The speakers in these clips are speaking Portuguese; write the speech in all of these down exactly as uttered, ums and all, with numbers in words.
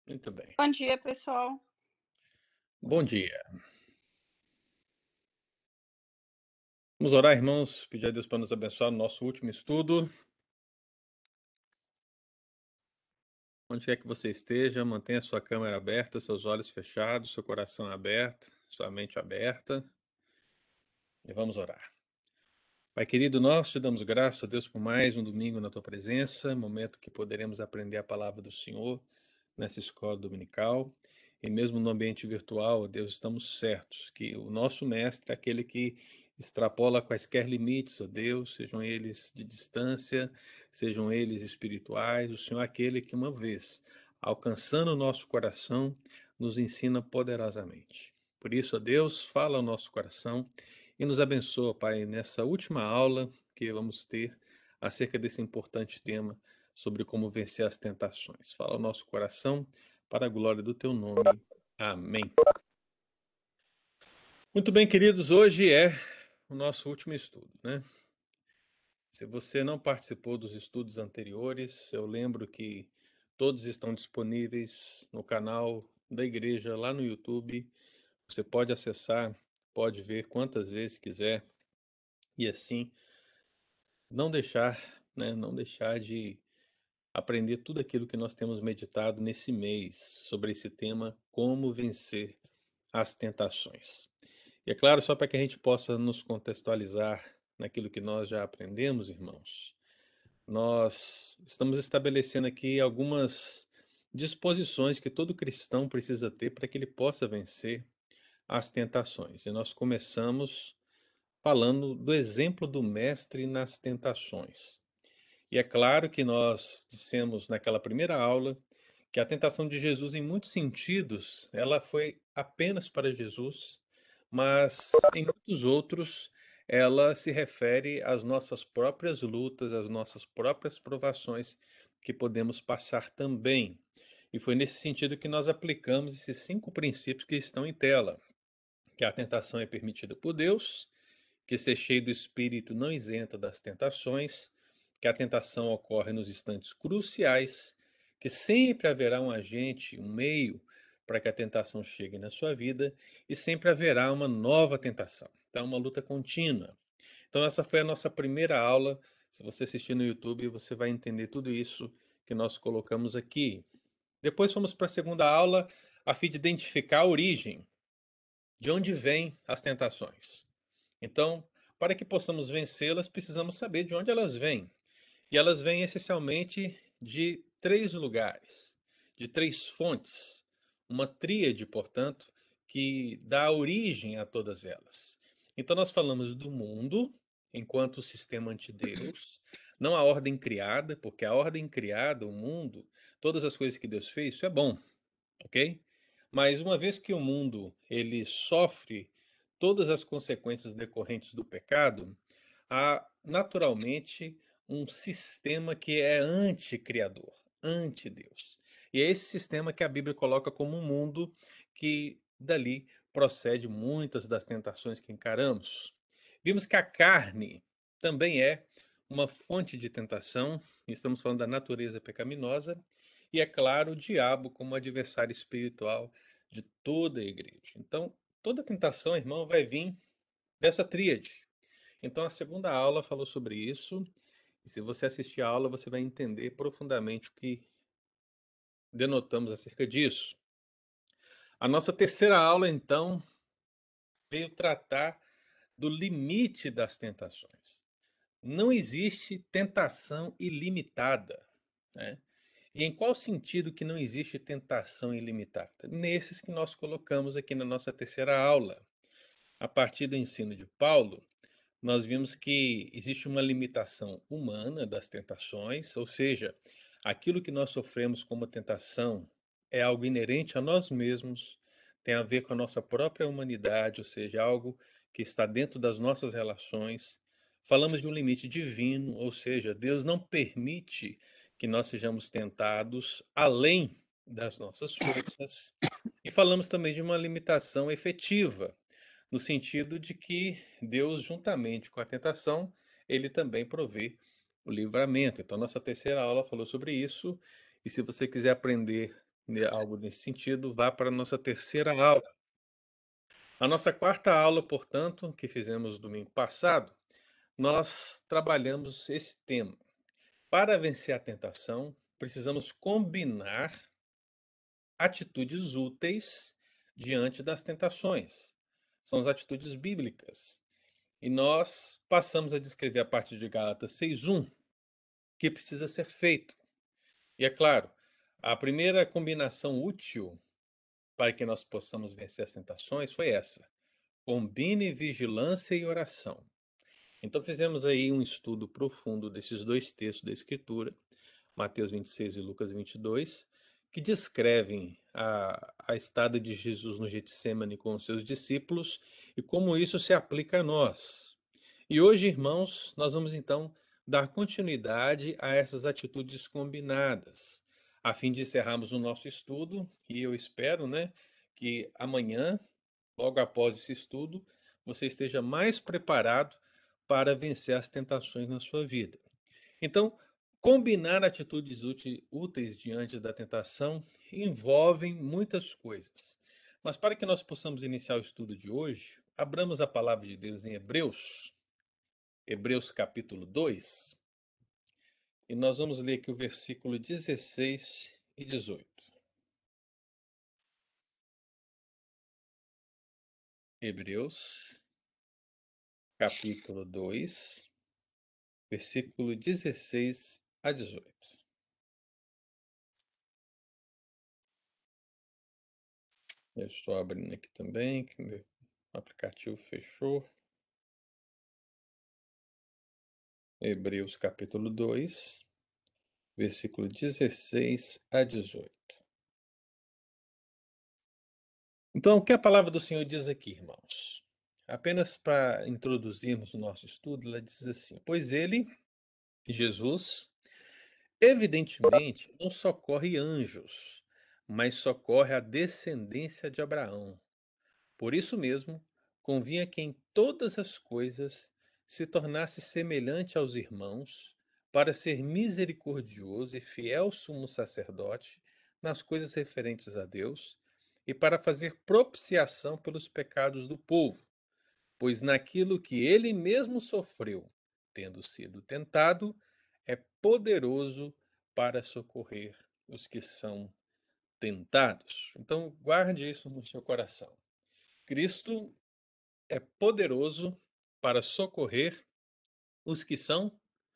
Muito bem. Bom dia, pessoal. Bom dia. Vamos orar, irmãos, pedir a Deus para nos abençoar no nosso último estudo. Onde quer que você esteja, mantenha sua câmera aberta, seus olhos fechados, seu coração aberto, sua mente aberta. E vamos orar. Pai querido, nós te damos graças a Deus por mais um domingo na tua presença, momento que poderemos aprender a palavra do Senhor nessa escola dominical. E mesmo no ambiente virtual, Deus, estamos certos que o nosso mestre é aquele que extrapola quaisquer limites, ó Deus, sejam eles de distância, sejam eles espirituais. O Senhor é aquele que, uma vez alcançando o nosso coração, nos ensina poderosamente. Por isso, ó Deus, fala ao nosso coração e nos abençoa, Pai, nessa última aula que vamos ter acerca desse importante tema sobre como vencer as tentações. Fala ao nosso coração para a glória do teu nome. Amém. Muito bem, queridos, hoje é o nosso último estudo, né? Se você não participou dos estudos anteriores, eu lembro que todos estão disponíveis no canal da igreja lá no YouTube. Você pode acessar, pode ver quantas vezes quiser e assim não deixar, né, não deixar de aprender tudo aquilo que nós temos meditado nesse mês sobre esse tema, como vencer as tentações. E é claro, só para que a gente possa nos contextualizar naquilo que nós já aprendemos, irmãos, nós estamos estabelecendo aqui algumas disposições que todo cristão precisa ter para que ele possa vencer as tentações. E nós começamos falando do exemplo do mestre nas tentações. E é claro que nós dissemos naquela primeira aula que a tentação de Jesus, em muitos sentidos, ela foi apenas para Jesus, mas em muitos outros ela se refere às nossas próprias lutas, às nossas próprias provações que podemos passar também. E foi nesse sentido que nós aplicamos esses cinco princípios que estão em tela, que a tentação é permitida por Deus, que ser cheio do Espírito não isenta das tentações, que a tentação ocorre nos instantes cruciais, que sempre haverá um agente, um meio para que a tentação chegue na sua vida e sempre haverá uma nova tentação. Então, é uma luta contínua. Então, essa foi a nossa primeira aula. Se você assistir no YouTube, você vai entender tudo isso que nós colocamos aqui. Depois fomos para a segunda aula, a fim de identificar a origem, de onde vêm as tentações. Então, para que possamos vencê-las, precisamos saber de onde elas vêm. E elas vêm essencialmente de três lugares, de três fontes. Uma tríade, portanto, que dá origem a todas elas. Então, nós falamos do mundo enquanto sistema antideus, não a ordem criada, porque a ordem criada, o mundo, todas as coisas que Deus fez, isso é bom, ok? Mas uma vez que o mundo ele sofre todas as consequências decorrentes do pecado, há naturalmente um sistema que é anticriador, anti-Deus. E é esse sistema que a Bíblia coloca como um mundo que dali procede muitas das tentações que encaramos. Vimos que a carne também é uma fonte de tentação, estamos falando da natureza pecaminosa, e é claro, o diabo como adversário espiritual de toda a igreja. Então, toda tentação, irmão, vai vir dessa tríade. Então, a segunda aula falou sobre isso, e se você assistir a aula, você vai entender profundamente o que denotamos acerca disso. A nossa terceira aula, então, veio tratar do limite das tentações. Não existe tentação ilimitada, né? E em qual sentido que não existe tentação ilimitada? Nesses que nós colocamos aqui na nossa terceira aula. A partir do ensino de Paulo, nós vimos que existe uma limitação humana das tentações, ou seja, aquilo que nós sofremos como tentação é algo inerente a nós mesmos, tem a ver com a nossa própria humanidade, ou seja, algo que está dentro das nossas relações. Falamos de um limite divino, ou seja, Deus não permite que nós sejamos tentados além das nossas forças. E falamos também de uma limitação efetiva, no sentido de que Deus, juntamente com a tentação, ele também provê o livramento. Então, nossa terceira aula falou sobre isso. E se você quiser aprender né, algo nesse sentido, vá para a nossa terceira aula. A nossa quarta aula, portanto, que fizemos domingo passado, nós trabalhamos esse tema. Para vencer a tentação, precisamos combinar atitudes úteis diante das tentações. São as atitudes bíblicas. E nós passamos a descrever a partir de Gálatas seis, um, que precisa ser feito. E é claro, a primeira combinação útil para que nós possamos vencer as tentações foi essa: combine vigilância e oração. Então fizemos aí um estudo profundo desses dois textos da Escritura, Mateus vinte e seis e Lucas vinte e dois, que descrevem a, a estada de Jesus no Getsemane com os seus discípulos e como isso se aplica a nós. E hoje, irmãos, nós vamos então dar continuidade a essas atitudes combinadas, a fim de encerrarmos o nosso estudo, e eu espero, né, que amanhã, logo após esse estudo, você esteja mais preparado para vencer as tentações na sua vida. Então, combinar atitudes úteis diante da tentação envolvem muitas coisas. Mas para que nós possamos iniciar o estudo de hoje, abramos a palavra de Deus em Hebreus, Hebreus capítulo dois, e nós vamos ler aqui o versículo dezesseis e dezoito. Hebreus capítulo dois, versículo dezesseis a dezoito. Eu estou abrindo aqui também, que meu aplicativo fechou. Hebreus capítulo dois, versículo dezesseis a dezoito. Então, o que a palavra do Senhor diz aqui, irmãos? Apenas para introduzirmos o nosso estudo, ela diz assim: pois ele, Jesus, evidentemente não socorre anjos, mas socorre a descendência de Abraão. Por isso mesmo, convinha que em todas as coisas se tornasse semelhante aos irmãos, para ser misericordioso e fiel sumo sacerdote nas coisas referentes a Deus, e para fazer propiciação pelos pecados do povo, pois naquilo que ele mesmo sofreu, tendo sido tentado, é poderoso para socorrer os que são tentados. Então, guarde isso no seu coração. Cristo é poderoso para socorrer os que são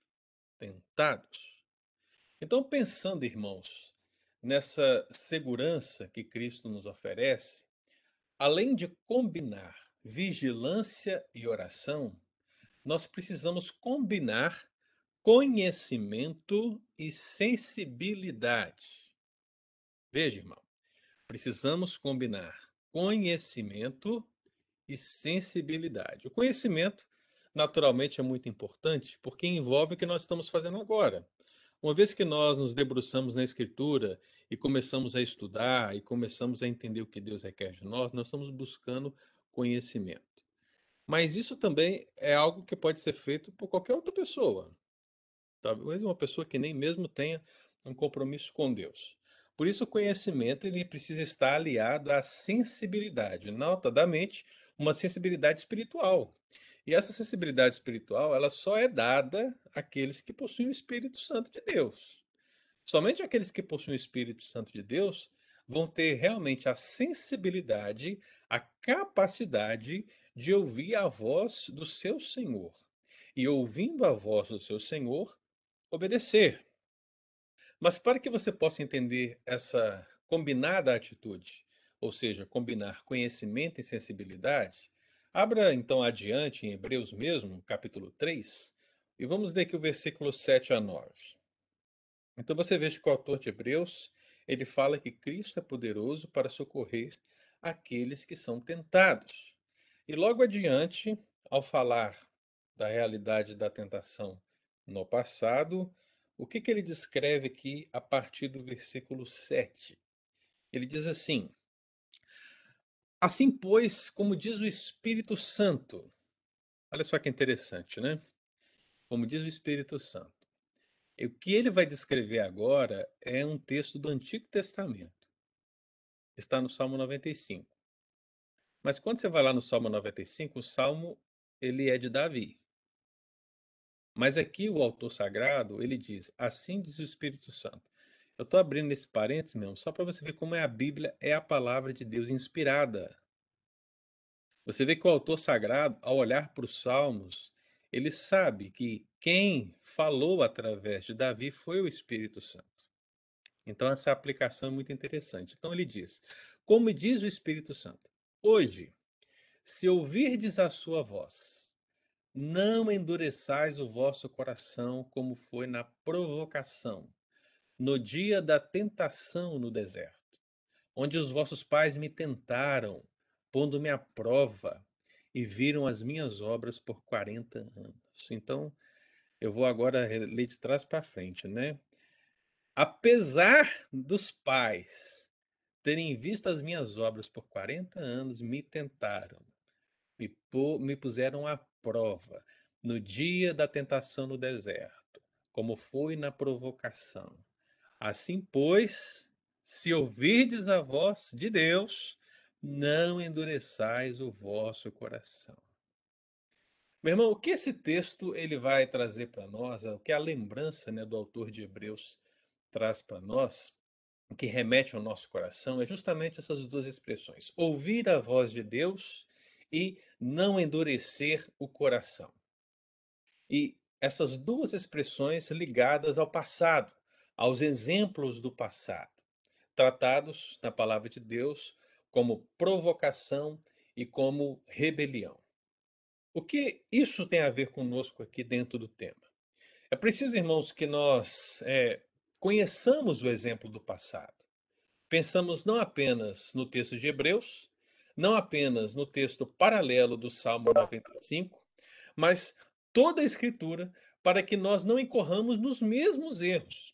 tentados. Então, pensando, irmãos, nessa segurança que Cristo nos oferece, além de combinar vigilância e oração, nós precisamos combinar conhecimento e sensibilidade. Veja, irmão, precisamos combinar conhecimento e sensibilidade. O conhecimento, naturalmente, é muito importante porque envolve o que nós estamos fazendo agora. Uma vez que nós nos debruçamos na Escritura e começamos a estudar e começamos a entender o que Deus requer de nós, nós estamos buscando conhecimento. Mas isso também é algo que pode ser feito por qualquer outra pessoa. Talvez uma pessoa que nem mesmo tenha um compromisso com Deus. Por isso, o conhecimento ele precisa estar aliado à sensibilidade, notadamente uma sensibilidade espiritual. E essa sensibilidade espiritual, ela só é dada àqueles que possuem o Espírito Santo de Deus. Somente aqueles que possuem o Espírito Santo de Deus vão ter realmente a sensibilidade, a capacidade de ouvir a voz do seu Senhor. E ouvindo a voz do seu Senhor, obedecer. Mas para que você possa entender essa combinada atitude, ou seja, combinar conhecimento e sensibilidade, abra então adiante em Hebreus mesmo, capítulo três, e vamos ler aqui o versículo sete a nove. Então você veja que o autor de Hebreus, ele fala que Cristo é poderoso para socorrer aqueles que são tentados. E logo adiante, ao falar da realidade da tentação no passado, o que, que ele descreve aqui a partir do versículo sete? Ele diz assim: assim, pois, como diz o Espírito Santo, olha só que interessante, né? Como diz o Espírito Santo. O que ele vai descrever agora é um texto do Antigo Testamento. está no Salmo noventa e cinco. Mas quando você vai lá no Salmo noventa e cinco, o salmo ele é de Davi. Mas aqui o autor sagrado, ele diz: "Assim diz o Espírito Santo". Eu estou abrindo esse parênteses, meu, só para você ver como é a Bíblia é a palavra de Deus inspirada. Você vê que o autor sagrado, ao olhar para os salmos, ele sabe que quem falou através de Davi foi o Espírito Santo. Então essa aplicação é muito interessante. Então ele diz: "Como diz o Espírito Santo: Hoje, se ouvirdes a sua voz, não endureçais o vosso coração como foi na provocação, no dia da tentação no deserto, onde os vossos pais me tentaram, pondo-me à prova, e viram as minhas obras por quarenta anos". Então, eu vou agora ler de trás para frente, né. "Apesar dos pais terem visto as minhas obras por quarenta anos, me tentaram, me po me puseram à prova, no dia da tentação no deserto, como foi na provocação. Assim, pois, se ouvirdes a voz de Deus, não endureçais o vosso coração". Meu irmão, o que esse texto ele vai trazer para nós, o que a lembrança, né, do autor de Hebreus traz para nós, o que remete ao nosso coração, é justamente essas duas expressões: ouvir a voz de Deus e não endurecer o coração. E essas duas expressões ligadas ao passado, aos exemplos do passado, tratados na palavra de Deus como provocação e como rebelião. O que isso tem a ver conosco aqui dentro do tema? É preciso, irmãos, que nós eh, conheçamos o exemplo do passado. Pensamos não apenas no texto de Hebreus, não apenas no texto paralelo do Salmo noventa e cinco, mas toda a Escritura, para que nós não incorramos nos mesmos erros.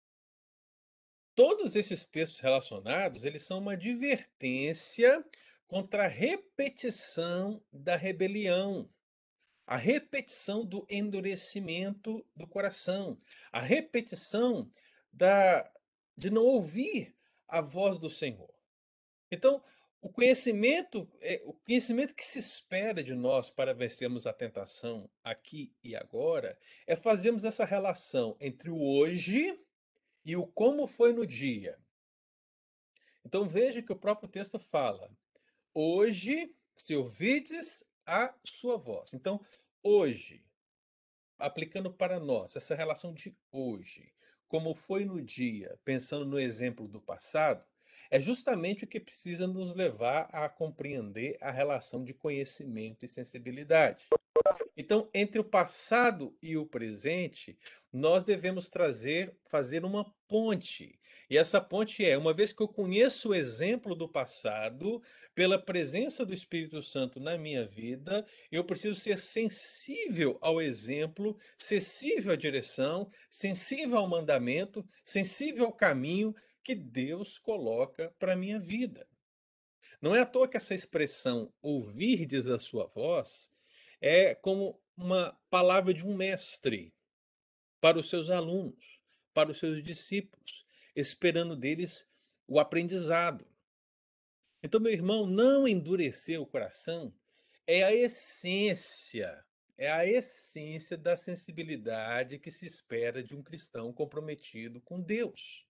Todos esses textos relacionados, eles são uma advertência contra a repetição da rebelião, a repetição do endurecimento do coração, a repetição da de não ouvir a voz do Senhor. Então, o conhecimento, eh, o conhecimento que se espera de nós para vencermos a tentação aqui e agora, é fazermos essa relação entre o hoje e o como foi no dia. Então veja que o próprio texto fala: "Hoje, se ouvides a sua voz". Então, hoje, aplicando para nós essa relação de hoje, como foi no dia, pensando no exemplo do passado, é justamente o que precisa nos levar a compreender a relação de conhecimento e sensibilidade. Então, entre o passado e o presente, nós devemos trazer fazer uma ponte. E essa ponte é, uma vez que eu conheço o exemplo do passado, pela presença do Espírito Santo na minha vida, eu preciso ser sensível ao exemplo, sensível à direção, sensível ao mandamento, sensível ao caminho que Deus coloca para a minha vida. Não é à toa que essa expressão "ouvirdes a sua voz" é como uma palavra de um mestre para os seus alunos, para os seus discípulos, esperando deles o aprendizado. Então, meu irmão, não endurecer o coração é a essência, é a essência da sensibilidade que se espera de um cristão comprometido com Deus.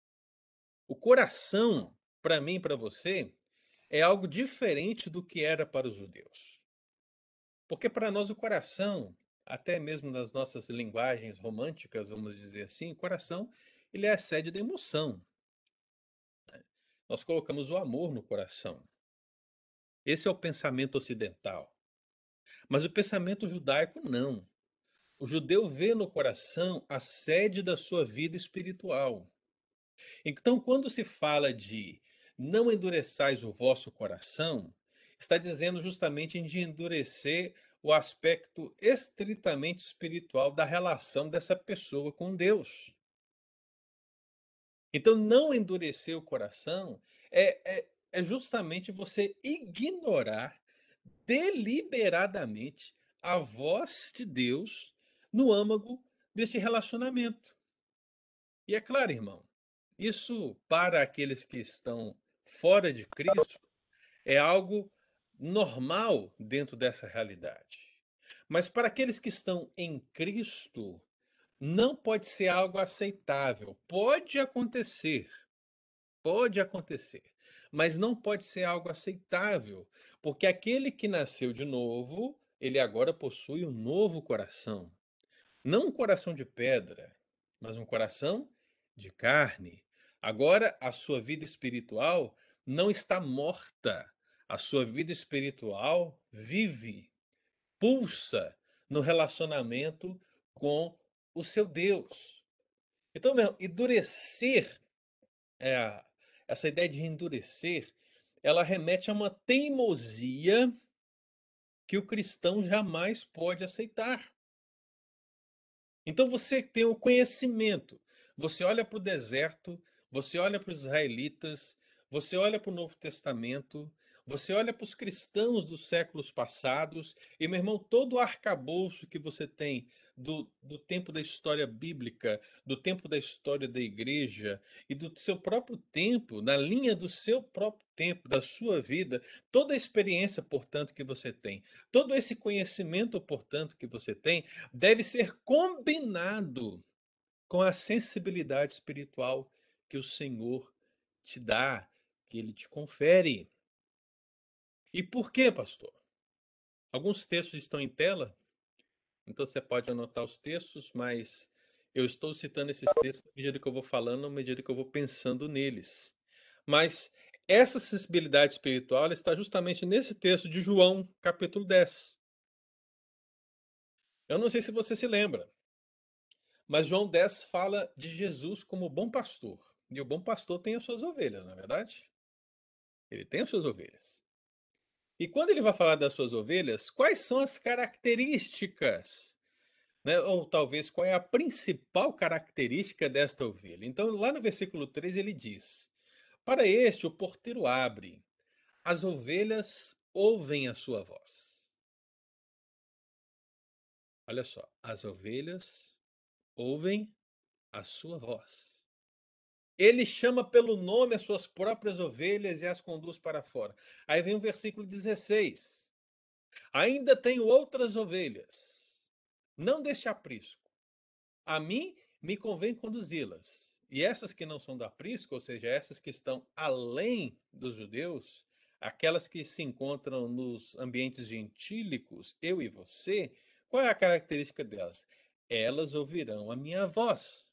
O coração, para mim e para você, é algo diferente do que era para os judeus. Porque para nós o coração, até mesmo nas nossas linguagens românticas, vamos dizer assim, o coração, ele é a sede da emoção. Nós colocamos o amor no coração. Esse é o pensamento ocidental. Mas o pensamento judaico não. O judeu vê no coração a sede da sua vida espiritual. Então, quando se fala de não endureçais o vosso coração, está dizendo justamente de endurecer o aspecto estritamente espiritual da relação dessa pessoa com Deus. Então, não endurecer o coração é, é, é justamente você ignorar deliberadamente a voz de Deus no âmago deste relacionamento. E é claro, irmão, isso para aqueles que estão fora de Cristo é algo normal dentro dessa realidade. Mas para aqueles que estão em Cristo, não pode ser algo aceitável. Pode acontecer, pode acontecer, mas não pode ser algo aceitável, porque aquele que nasceu de novo, ele agora possui um novo coração. Não um coração de pedra, mas um coração de carne. Agora a sua vida espiritual não está morta. A sua vida espiritual vive, pulsa no relacionamento com o seu Deus. Então, meu, endurecer, é, essa ideia de endurecer, ela remete a uma teimosia que o cristão jamais pode aceitar. Então você tem o conhecimento, você olha para o deserto, você olha para os israelitas, você olha para o Novo Testamento, você olha para os cristãos dos séculos passados, e meu irmão, todo o arcabouço que você tem do, do tempo da história bíblica, do tempo da história da igreja e do seu próprio tempo, na linha do seu próprio tempo, da sua vida, toda a experiência, portanto, que você tem, todo esse conhecimento, portanto, que você tem, deve ser combinado com a sensibilidade espiritual que o Senhor te dá, que ele te confere. E por quê, pastor? Alguns textos estão em tela, então você pode anotar os textos, mas eu estou citando esses textos à medida que eu vou falando, à medida que eu vou pensando neles. Mas essa sensibilidade espiritual ela está justamente nesse texto de João, capítulo dez. Eu não sei se você se lembra, mas João dez fala de Jesus como bom pastor. E o bom pastor tem as suas ovelhas, não é verdade? Ele tem as suas ovelhas. E quando ele vai falar das suas ovelhas, quais são as características, né? Ou talvez qual é a principal característica desta ovelha? Então, lá no versículo três ele diz: Para este o porteiro abre, as ovelhas ouvem a sua voz. Olha só, as ovelhas ouvem a sua voz. Ele chama pelo nome as suas próprias ovelhas e as conduz para fora. Aí vem o versículo dezesseis. Ainda tenho outras ovelhas, não deste aprisco. A mim me convém conduzi-las. E essas que não são do aprisco, ou seja, essas que estão além dos judeus, aquelas que se encontram nos ambientes gentílicos, eu e você, qual é a característica delas? Elas ouvirão a minha voz.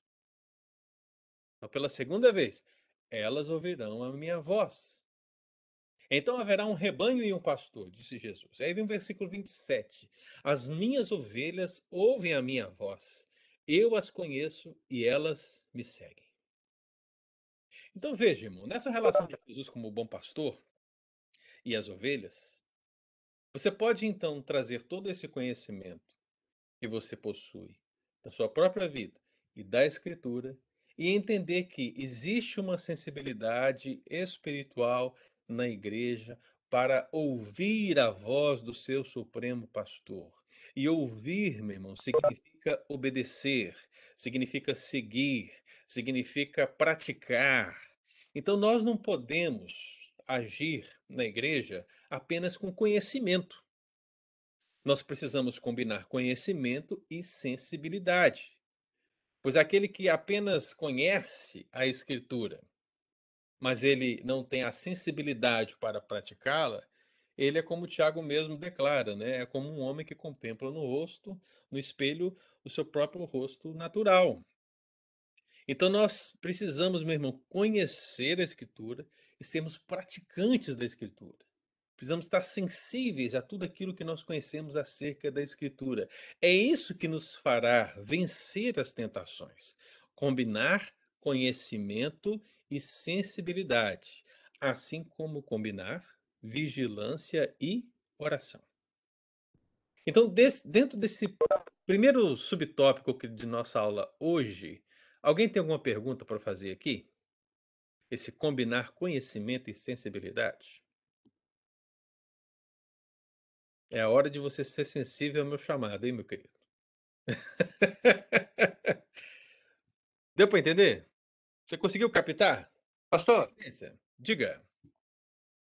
Então, pela segunda vez, elas ouvirão a minha voz. Então haverá um rebanho e um pastor, disse Jesus. Aí vem o versículo vinte e sete. As minhas ovelhas ouvem a minha voz. Eu as conheço e elas me seguem. Então veja, irmão, nessa relação de Jesus como bom pastor e as ovelhas, você pode então trazer todo esse conhecimento que você possui da sua própria vida e da Escritura e entender que existe uma sensibilidade espiritual na igreja para ouvir a voz do seu supremo pastor. E ouvir, meu irmão, significa obedecer, significa seguir, significa praticar. Então nós não podemos agir na igreja apenas com conhecimento. Nós precisamos combinar conhecimento e sensibilidade, pois aquele que apenas conhece a Escritura, mas ele não tem a sensibilidade para praticá-la, ele é como o Tiago mesmo declara, né? É como um homem que contempla no rosto, no espelho, o seu próprio rosto natural. Então nós precisamos, meu irmão, conhecer a Escritura e sermos praticantes da Escritura. Precisamos estar sensíveis a tudo aquilo que nós conhecemos acerca da Escritura. É isso que nos fará vencer as tentações. Combinar conhecimento e sensibilidade, assim como combinar vigilância e oração. Então, desse- dentro desse primeiro subtópico que- de nossa aula hoje, alguém tem alguma pergunta para fazer aqui? Esse combinar conhecimento e sensibilidade? É a hora de você ser sensível ao meu chamado, hein, meu querido? Deu para entender? Você conseguiu captar? A Pastor, essência? Diga.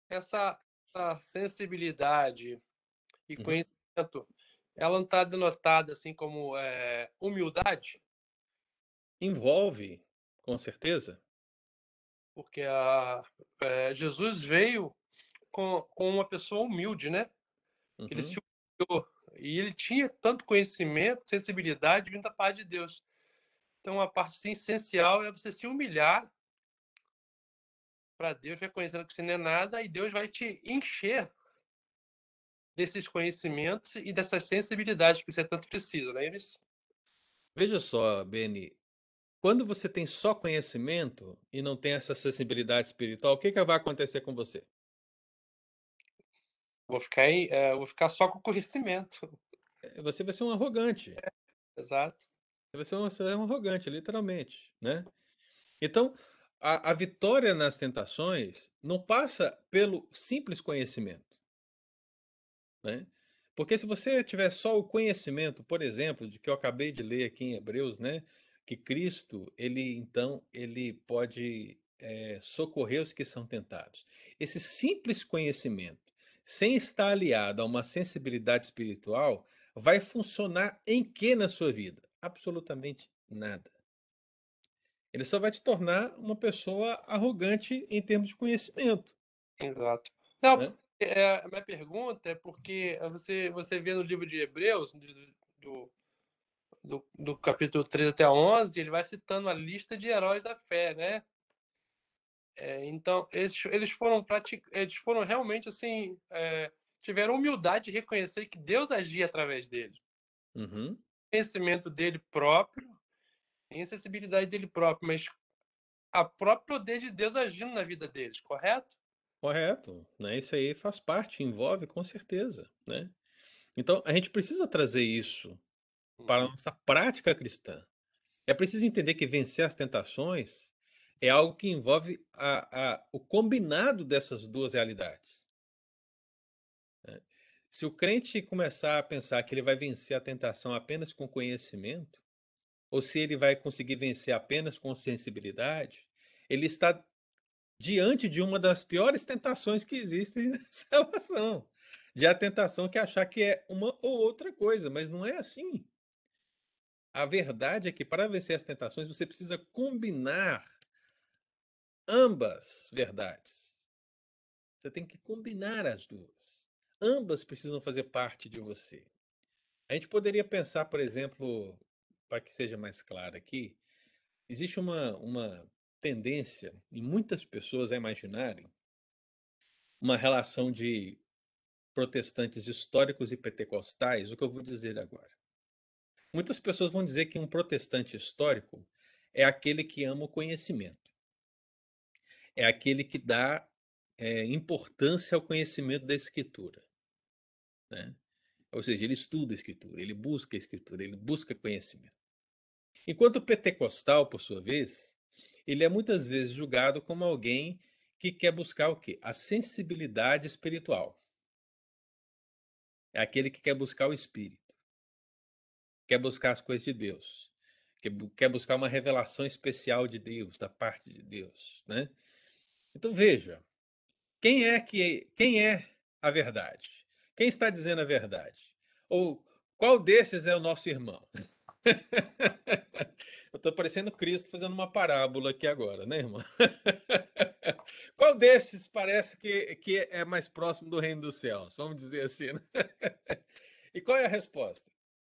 essa essa sensibilidade e Uhum. conhecimento, ela não está denotada, assim, como, eh, humildade? Envolve, com certeza. Porque a eh, Jesus veio com com uma pessoa humilde, né, ele se Uhum. humilhou, e ele tinha tanto conhecimento, sensibilidade vindo da parte de Deus. Então a parte, assim, essencial é você se humilhar para Deus, reconhecendo que você não é nada, e Deus vai te encher desses conhecimentos e dessas sensibilidades que você tanto precisa, não é isso? Veja só, Beni, quando você tem só conhecimento e não tem essa sensibilidade espiritual, o que que vai acontecer com você? Vou ficar aí, eh, vou ficar só com conhecimento. Eh, você vai ser um arrogante. Exato. Você vai ser um arrogante, literalmente, né. Então, a a vitória nas tentações não passa pelo simples conhecimento. Né. Porque se você tiver só o conhecimento, por exemplo, de que eu acabei de ler aqui em Hebreus, né, que Cristo, ele então, ele pode, eh, socorrer os que são tentados. Esse simples conhecimento, sem estar aliado a uma sensibilidade espiritual, vai funcionar em quê na sua vida? Absolutamente nada. Ele só vai te tornar uma pessoa arrogante em termos de conhecimento, Exato. Não, né. eh, a minha pergunta é porque você você vê no livro de Hebreus, do do do do capítulo três até onze, ele vai citando a lista de heróis da fé, né. Eh, então eles eles foram prati eles foram realmente, assim, eh, tiveram humildade de reconhecer que Deus agia através deles. Uhum. Conhecimento dele próprio, tem a sensibilidade dele próprio, mas a próprio poder de Deus agindo na vida deles, correto? Correto, né, isso aí faz parte, envolve com certeza, né. Então a gente precisa trazer isso para a Uhum. nossa prática cristã. É preciso entender que vencer as tentações é algo que envolve a a o combinado dessas duas realidades. Né. Se o crente começar a pensar que ele vai vencer a tentação apenas com conhecimento, ou se ele vai conseguir vencer apenas com sensibilidade, ele está diante de uma das piores tentações que existem na salvação. Já a tentação que é achar que é uma ou outra coisa, mas não é assim. A verdade é que para vencer as tentações você precisa combinar ambas verdades. Você tem que combinar as duas. Ambas precisam fazer parte de você. A gente poderia pensar, por exemplo, para que seja mais claro aqui, existe uma uma tendência em muitas pessoas a imaginarem uma relação de protestantes históricos e pentecostais, o que eu vou dizer agora. Muitas pessoas vão dizer que um protestante histórico é aquele que ama o conhecimento. É aquele que dá, eh, importância ao conhecimento da escritura, né. Ou seja, ele estuda a escritura, ele busca a escritura, ele busca conhecimento. Enquanto o pentecostal, por sua vez, ele é muitas vezes julgado como alguém que quer buscar o quê? A sensibilidade espiritual. É aquele que quer buscar o espírito. Quer buscar as coisas de Deus, quer bu quer buscar uma revelação especial de Deus, da parte de Deus, né. Então veja, quem é que quem é a verdade? Quem está dizendo a verdade? Ou qual desses é o nosso irmão? Eu estou parecendo Cristo fazendo uma parábola aqui agora, né, irmão? Qual desses parece que que é mais próximo do reino dos céus? Vamos dizer assim, né. E qual é a resposta?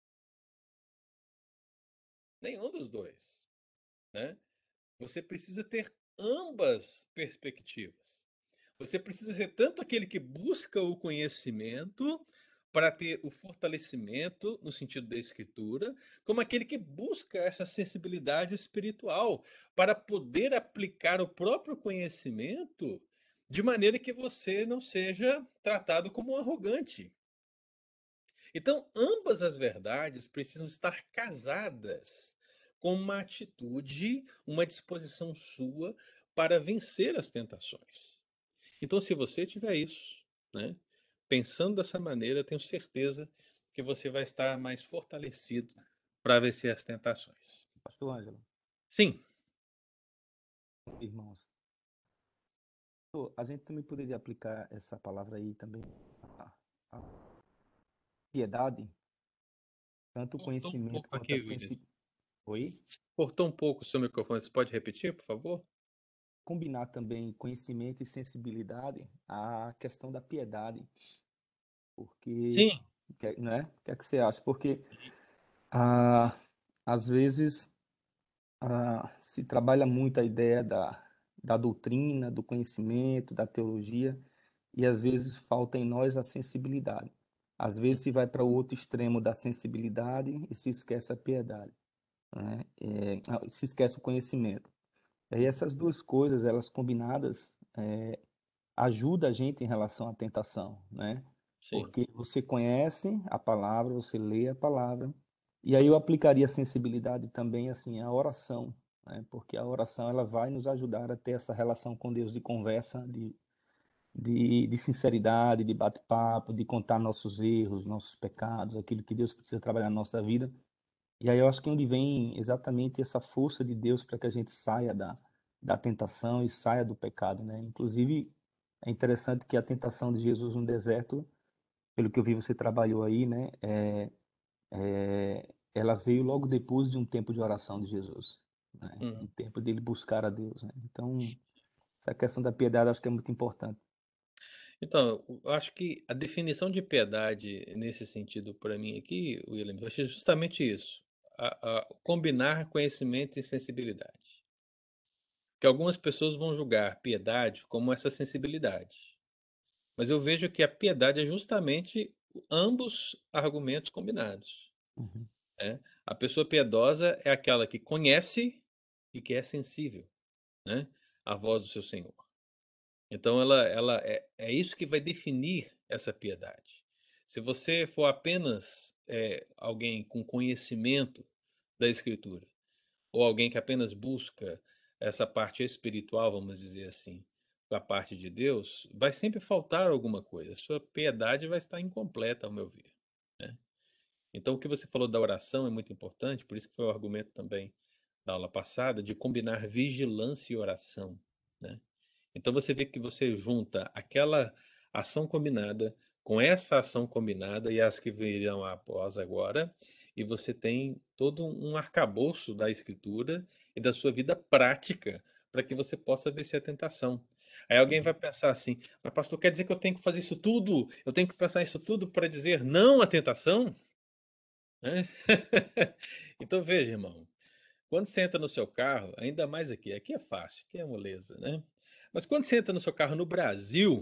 Nenhum dos dois, né. Você precisa ter ambas perspectivas. Você precisa ser tanto aquele que busca o conhecimento para ter o fortalecimento no sentido da escritura, como aquele que busca essa sensibilidade espiritual para poder aplicar o próprio conhecimento de maneira que você não seja tratado como um arrogante. Então, ambas as verdades precisam estar casadas com uma atitude, uma disposição sua para vencer as tentações. Então, se você tiver isso, né, pensando dessa maneira, tenho certeza que você vai estar mais fortalecido para vencer as tentações. Pastor Ângelo, Sim. irmãos. Pô, a gente também poderia aplicar essa palavra aí também, a, a piedade, tanto o Cortou um conhecimento pouco quanto a aqui, Willis. sensibilidade. Oi? Cortou um pouco o seu microfone. Você pode repetir, por favor? Combinar também conhecimento e sensibilidade à questão da piedade, porque, Sim. que- né? O que é que você acha? Porque ah, às vezes ah, se trabalha muito a ideia da, da doutrina, do conhecimento, da teologia, e às vezes falta em nós a sensibilidade. Às vezes se vai para o outro extremo da sensibilidade e se esquece a piedade, né? É, ah, se esquece o conhecimento. E aí essas duas coisas, elas combinadas, é, ajuda a gente em relação à tentação, né? Sim. Porque você conhece a palavra, você lê a palavra, e aí eu aplicaria a sensibilidade também assim à oração, né? Porque a oração ela vai nos ajudar a ter essa relação com Deus de conversa, de de, de sinceridade, de bate-papo, de contar nossos erros, nossos pecados, aquilo que Deus precisa trabalhar na nossa vida. E aí eu acho que é onde vem exatamente essa força de Deus para que a gente saia da, da tentação e saia do pecado, né? Inclusive, é interessante que a tentação de Jesus no deserto, pelo que eu vi você trabalhou aí, né? É, é, ela veio logo depois de um tempo de oração de Jesus, né? Uhum. Um tempo dele buscar a Deus, né? Então, essa questão da piedade eu acho que é muito importante. Então, eu acho que a definição de piedade nesse sentido para mim aqui, William, eu achei justamente isso. A, a- combinar conhecimento e sensibilidade. Que algumas pessoas vão julgar piedade como essa sensibilidade. Mas eu vejo que a piedade é justamente ambos argumentos combinados. Uhum, Né? A pessoa piedosa é aquela que conhece e que é sensível, né, à voz do seu Senhor. Então ela ela é é isso que vai definir essa piedade. Se você for apenas, eh, alguém com conhecimento da Escritura, ou alguém que apenas busca essa parte espiritual, vamos dizer assim, da parte de Deus, vai sempre faltar alguma coisa. A sua piedade vai estar incompleta, ao meu ver, né. Então o que você falou da oração é muito importante, por isso que foi o argumento também da aula passada, de combinar vigilância e oração, né. Então você vê que você junta aquela ação combinada com essa ação combinada e as que virão após agora, e você tem todo um arcabouço da escritura e da sua vida prática para que você possa vencer a tentação. Aí alguém vai uhum, pensar assim: "Mas pastor, quer dizer que eu tenho que fazer isso tudo? Eu tenho que pensar isso tudo para dizer não à tentação?", né? Então veja, irmão, quando você entra no seu carro, ainda mais aqui, aqui é fácil, aqui é moleza, né. Mas quando você entra no seu carro no Brasil,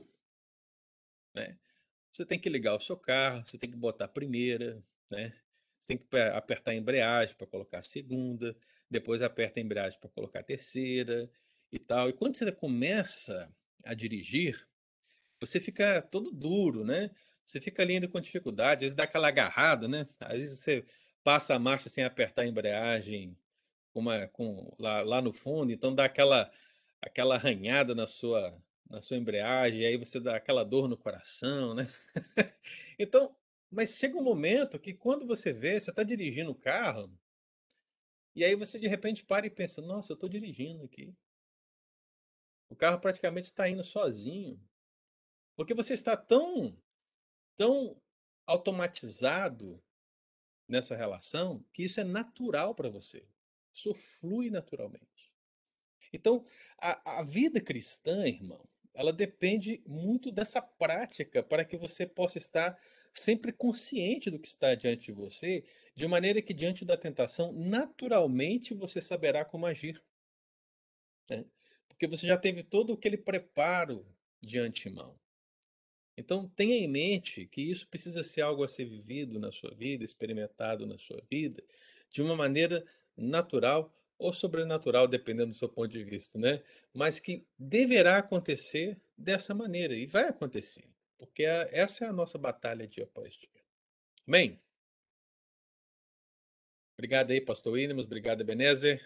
né, você tem que ligar o seu carro, você tem que botar a primeira, né, você tem que pe apertar a embreagem para colocar a segunda, depois aperta a embreagem para colocar a terceira e tal. E quando você começa a dirigir, você fica todo duro, né, você fica ali ainda com dificuldade, às vezes dá aquela agarrada, né, às vezes você passa a marcha sem apertar a embreagem com uma com lá lá no fundo, então dá aquela aquela arranhada na sua na sua embreagem, e aí você dá aquela dor no coração, né. Então, mas chega um momento que quando você vê, você está dirigindo o carro, e aí você de repente para e pensa: "Nossa, eu estou dirigindo aqui". O carro praticamente está indo sozinho, porque você está tão tão automatizado nessa relação, que isso é natural para você. Isso flui naturalmente. Então, a a vida cristã, irmão, ela depende muito dessa prática para que você possa estar sempre consciente do que está diante de você, de maneira que diante da tentação, naturalmente você saberá como agir, né. Porque você já teve todo aquele preparo de antemão. Então tenha em mente que isso precisa ser algo a ser vivido na sua vida, experimentado na sua vida, de uma maneira natural ou sobrenatural, dependendo do seu ponto de vista, né. Mas que deverá acontecer dessa maneira, e vai acontecer, porque a essa é a nossa batalha dia após dia. Amém? Obrigado aí, pastor Williams, obrigado Ebenezer.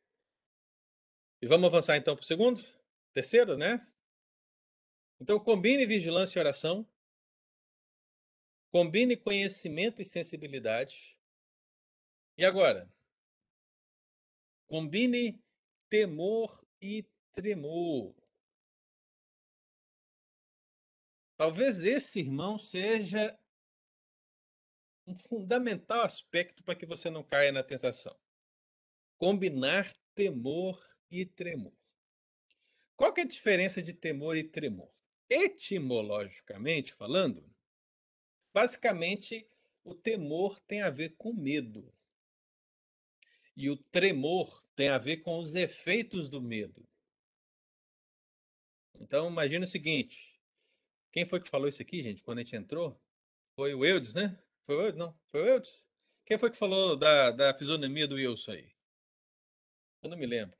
E vamos avançar então para o segundo? Terceiro, né. Então combine vigilância e oração, combine conhecimento e sensibilidade. E agora? Combine temor e tremor. Talvez esse, irmão, seja um fundamental aspecto para que você não caia na tentação. Combinar temor e tremor. Qual que é a diferença de temor e tremor? Etimologicamente falando, basicamente o temor tem a ver com medo. E o tremor tem a ver com os efeitos do medo. Então imagina o seguinte, quem foi que falou isso aqui, gente, quando a gente entrou? Foi o Eudes, né? Foi o Eudes? Não, foi o Eudes? Quem foi que falou da, da fisionomia do Wilson aí? Eu não me lembro.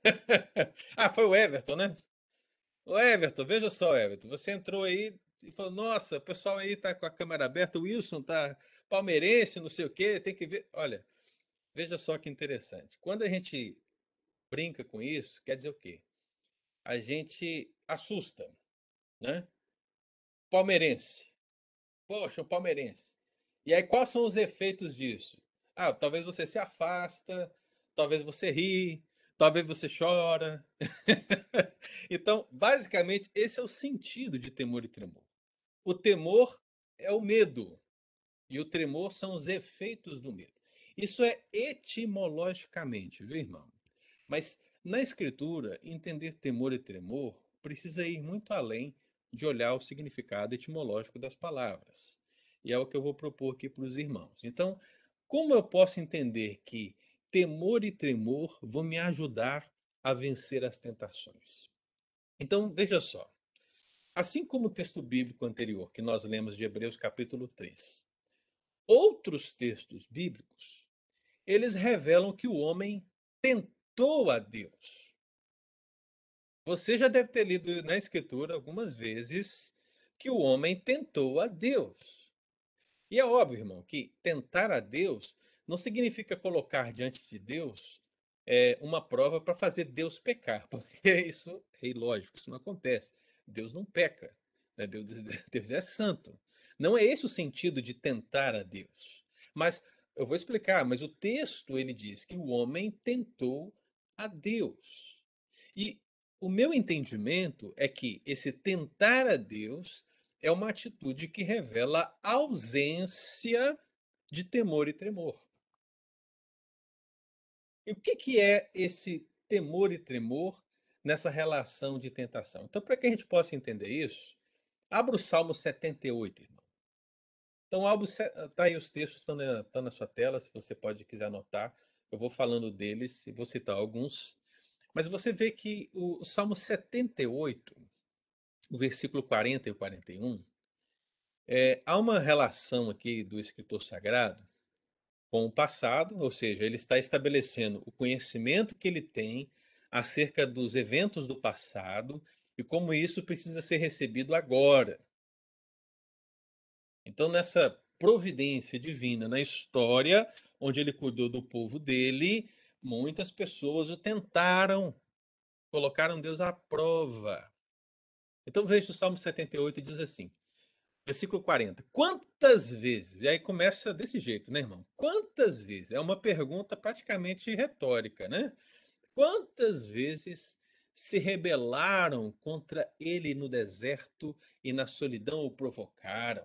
Ah, foi o Everton, né? O Everton, veja só, Everton, você entrou aí e falou, nossa, o pessoal aí tá com a câmera aberta, o Wilson tá palmeirense, não sei o quê, tem que ver. Olha, veja só que interessante. Quando a gente brinca com isso, quer dizer o quê? A gente assusta, né? Palmeirense. Poxa, um palmeirense. E aí, quais são os efeitos disso? Ah, talvez você se afasta, talvez você ri, talvez você chora. Então, basicamente, esse é o sentido de temor e tremor. O temor é o medo e o tremor são os efeitos do medo. Isso é etimologicamente, viu, irmão? Mas na escritura, entender temor e tremor precisa ir muito além de olhar o significado etimológico das palavras. E é o que eu vou propor aqui para os irmãos. Então, como eu posso entender que temor e tremor vão me ajudar a vencer as tentações? Então, veja só. Assim como o texto bíblico anterior que nós lemos de Hebreus capítulo três, outros textos bíblicos, eles revelam que o homem tentou a Deus. Você já deve ter lido na Escritura algumas vezes que o homem tentou a Deus. E é óbvio, irmão, que tentar a Deus não significa colocar diante de Deus é, uma prova para fazer Deus pecar, porque isso é ilógico, isso não acontece. Deus não peca, né? Deus, Deus é santo. Não é esse o sentido de tentar a Deus. Mas eu vou explicar, mas o texto ele diz que o homem tentou a Deus. E o meu entendimento é que esse tentar a Deus é uma atitude que revela ausência de temor e tremor. E o que, que é esse temor e tremor nessa relação de tentação? Então, para que a gente possa entender isso, abra o Salmo setenta e oito, irmão. Então, está aí os textos, estão na, estão na sua tela, se você pode quiser anotar. Eu vou falando deles e vou citar alguns. Mas você vê que o Salmo setenta e oito, o versículo quarenta e o quarenta e um, é, há uma relação aqui do escritor sagrado com o passado, ou seja, ele está estabelecendo o conhecimento que ele tem acerca dos eventos do passado e como isso precisa ser recebido agora. Então, nessa providência divina na história, onde ele cuidou do povo dele, muitas pessoas o tentaram, colocaram Deus à prova. Então, veja o Salmo setenta e oito e diz assim, versículo quarenta. Quantas vezes? E aí começa desse jeito, né, irmão? Quantas vezes? É uma pergunta praticamente retórica, né? Quantas vezes se rebelaram contra ele no deserto e na solidão o provocaram?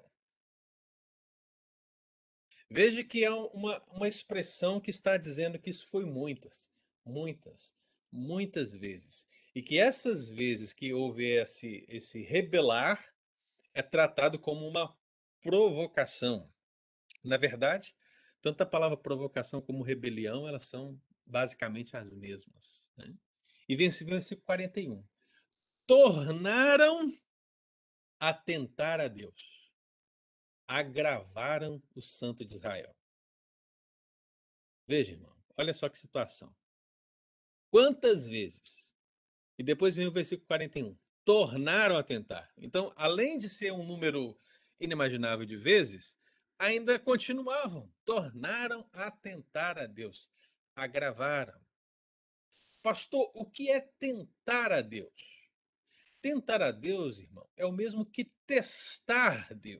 Veja que é uma, uma expressão que está dizendo que isso foi muitas, muitas, muitas vezes. E que essas vezes que houve esse, esse rebelar é tratado como uma provocação. Na verdade, tanto a palavra provocação como rebelião, elas são basicamente as mesmas. Né? E versículo quarenta e um. Tornaram a tentar a Deus. Agravaram o Santo de Israel. Veja, irmão, olha só que situação. Quantas vezes? E depois vem o versículo quarenta e um. Tornaram a tentar. Então, além de ser um número inimaginável de vezes, ainda continuavam. Tornaram a tentar a Deus. Agravaram. Pastor, o que é tentar a Deus? Tentar a Deus, irmão, é o mesmo que testar Deus.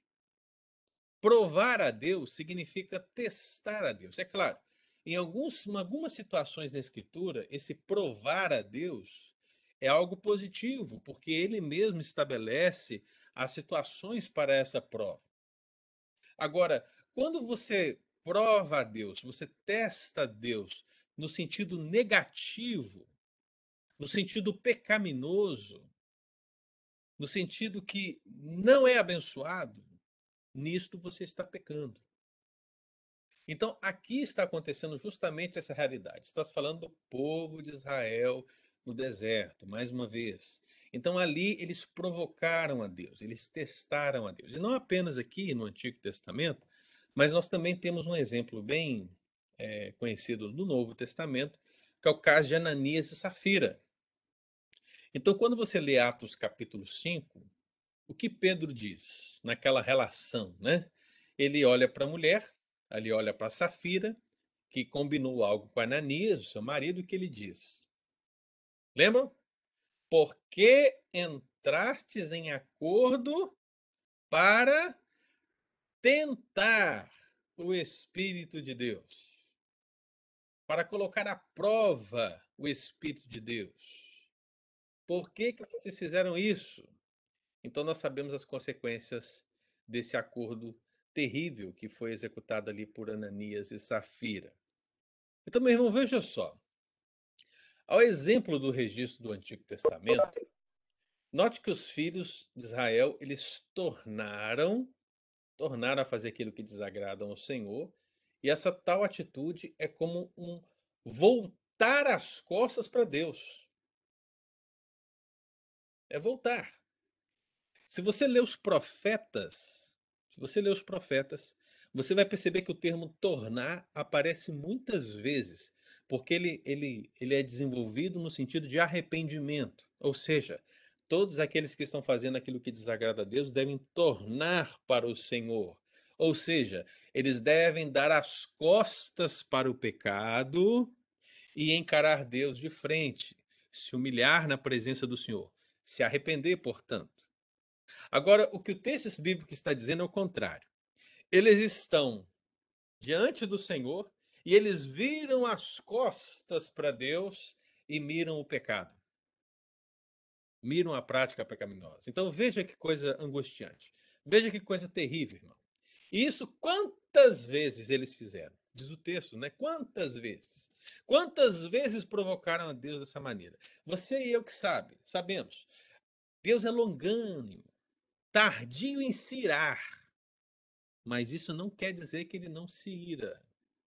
Provar a Deus significa testar a Deus. É claro, em alguns, em algumas situações na Escritura, esse provar a Deus é algo positivo, porque ele mesmo estabelece as situações para essa prova. Agora, quando você prova a Deus, você testa a Deus no sentido negativo, no sentido pecaminoso, no sentido que não é abençoado, nisto você está pecando. Então, aqui está acontecendo justamente essa realidade. Está se falando do povo de Israel no deserto, mais uma vez. Então, ali eles provocaram a Deus, eles testaram a Deus. E não apenas aqui no Antigo Testamento, mas nós também temos um exemplo bem é, conhecido no Novo Testamento, que é o caso de Ananias e Safira. Então, quando você lê Atos capítulo cinco, o que Pedro diz naquela relação, né? Ele olha para a mulher, ele olha para Safira, que combinou algo com Ananias, o seu marido, que ele diz: lembram? Por que entrastes em acordo para tentar o Espírito de Deus? Para colocar à prova o Espírito de Deus? Por que que vocês fizeram isso? Então nós sabemos as consequências desse acordo terrível que foi executado ali por Ananias e Safira. Então, meu irmão, veja só. Ao exemplo do registro do Antigo Testamento, note que os filhos de Israel, eles tornaram, tornaram a fazer aquilo que desagrada ao Senhor, e essa tal atitude é como um voltar as costas para Deus. É voltar. Se você lê os profetas, se você lê os profetas, você vai perceber que o termo tornar aparece muitas vezes, porque ele, ele, ele é desenvolvido no sentido de arrependimento. Ou seja, todos aqueles que estão fazendo aquilo que desagrada a Deus devem tornar para o Senhor. Ou seja, eles devem dar as costas para o pecado e encarar Deus de frente, se humilhar na presença do Senhor, se arrepender, portanto. Agora, o que o texto bíblico está dizendo é o contrário. Eles estão diante do Senhor e eles viram as costas para Deus e miram o pecado. Miram a prática pecaminosa. Então veja que coisa angustiante. Veja que coisa terrível, irmão. E isso quantas vezes eles fizeram? Diz o texto, né? Quantas vezes? Quantas vezes provocaram a Deus dessa maneira? Você e eu que sabe, sabemos. Deus é longânimo, tardio em se irar. Mas isso não quer dizer que ele não se ira.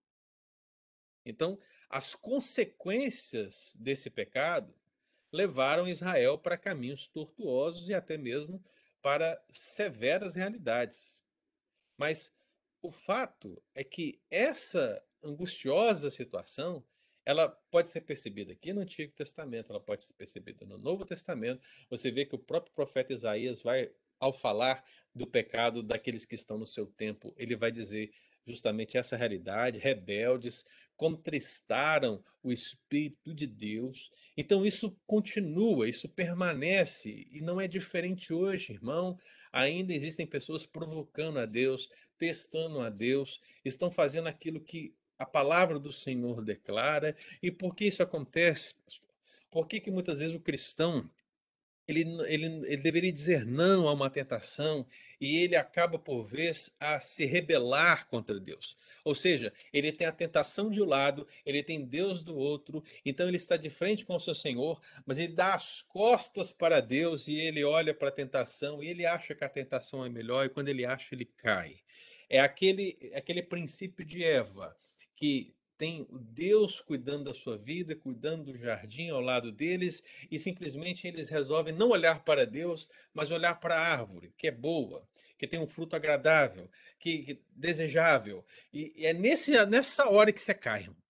Então, as consequências desse pecado levaram Israel para caminhos tortuosos e até mesmo para severas realidades. Mas o fato é que essa angustiosa situação, ela pode ser percebida aqui no Antigo Testamento, ela pode ser percebida no Novo Testamento. Você vê que o próprio profeta Isaías vai, ao falar do pecado daqueles que estão no seu tempo, ele vai dizer justamente essa realidade: rebeldes, contristaram o Espírito de Deus. Então isso continua, isso permanece e não é diferente hoje, irmão. Ainda existem pessoas provocando a Deus, testando a Deus, estão fazendo aquilo que a palavra do Senhor declara. E por que isso acontece, pastor? Por que que muitas vezes o cristão ele, ele, ele deveria dizer não a uma tentação e ele acaba, por vez, a se rebelar contra Deus? Ou seja, ele tem a tentação de um lado, ele tem Deus do outro, então ele está de frente com o seu Senhor, mas ele dá as costas para Deus e ele olha para a tentação e ele acha que a tentação é melhor e quando ele acha, ele cai. É aquele, aquele princípio de Eva, que tem Deus cuidando da sua vida, cuidando do jardim ao lado deles, e simplesmente eles resolvem não olhar para Deus, mas olhar para a árvore, que é boa, que tem um fruto agradável, que, que desejável. E, e é nesse, nessa hora que você cai, irmão.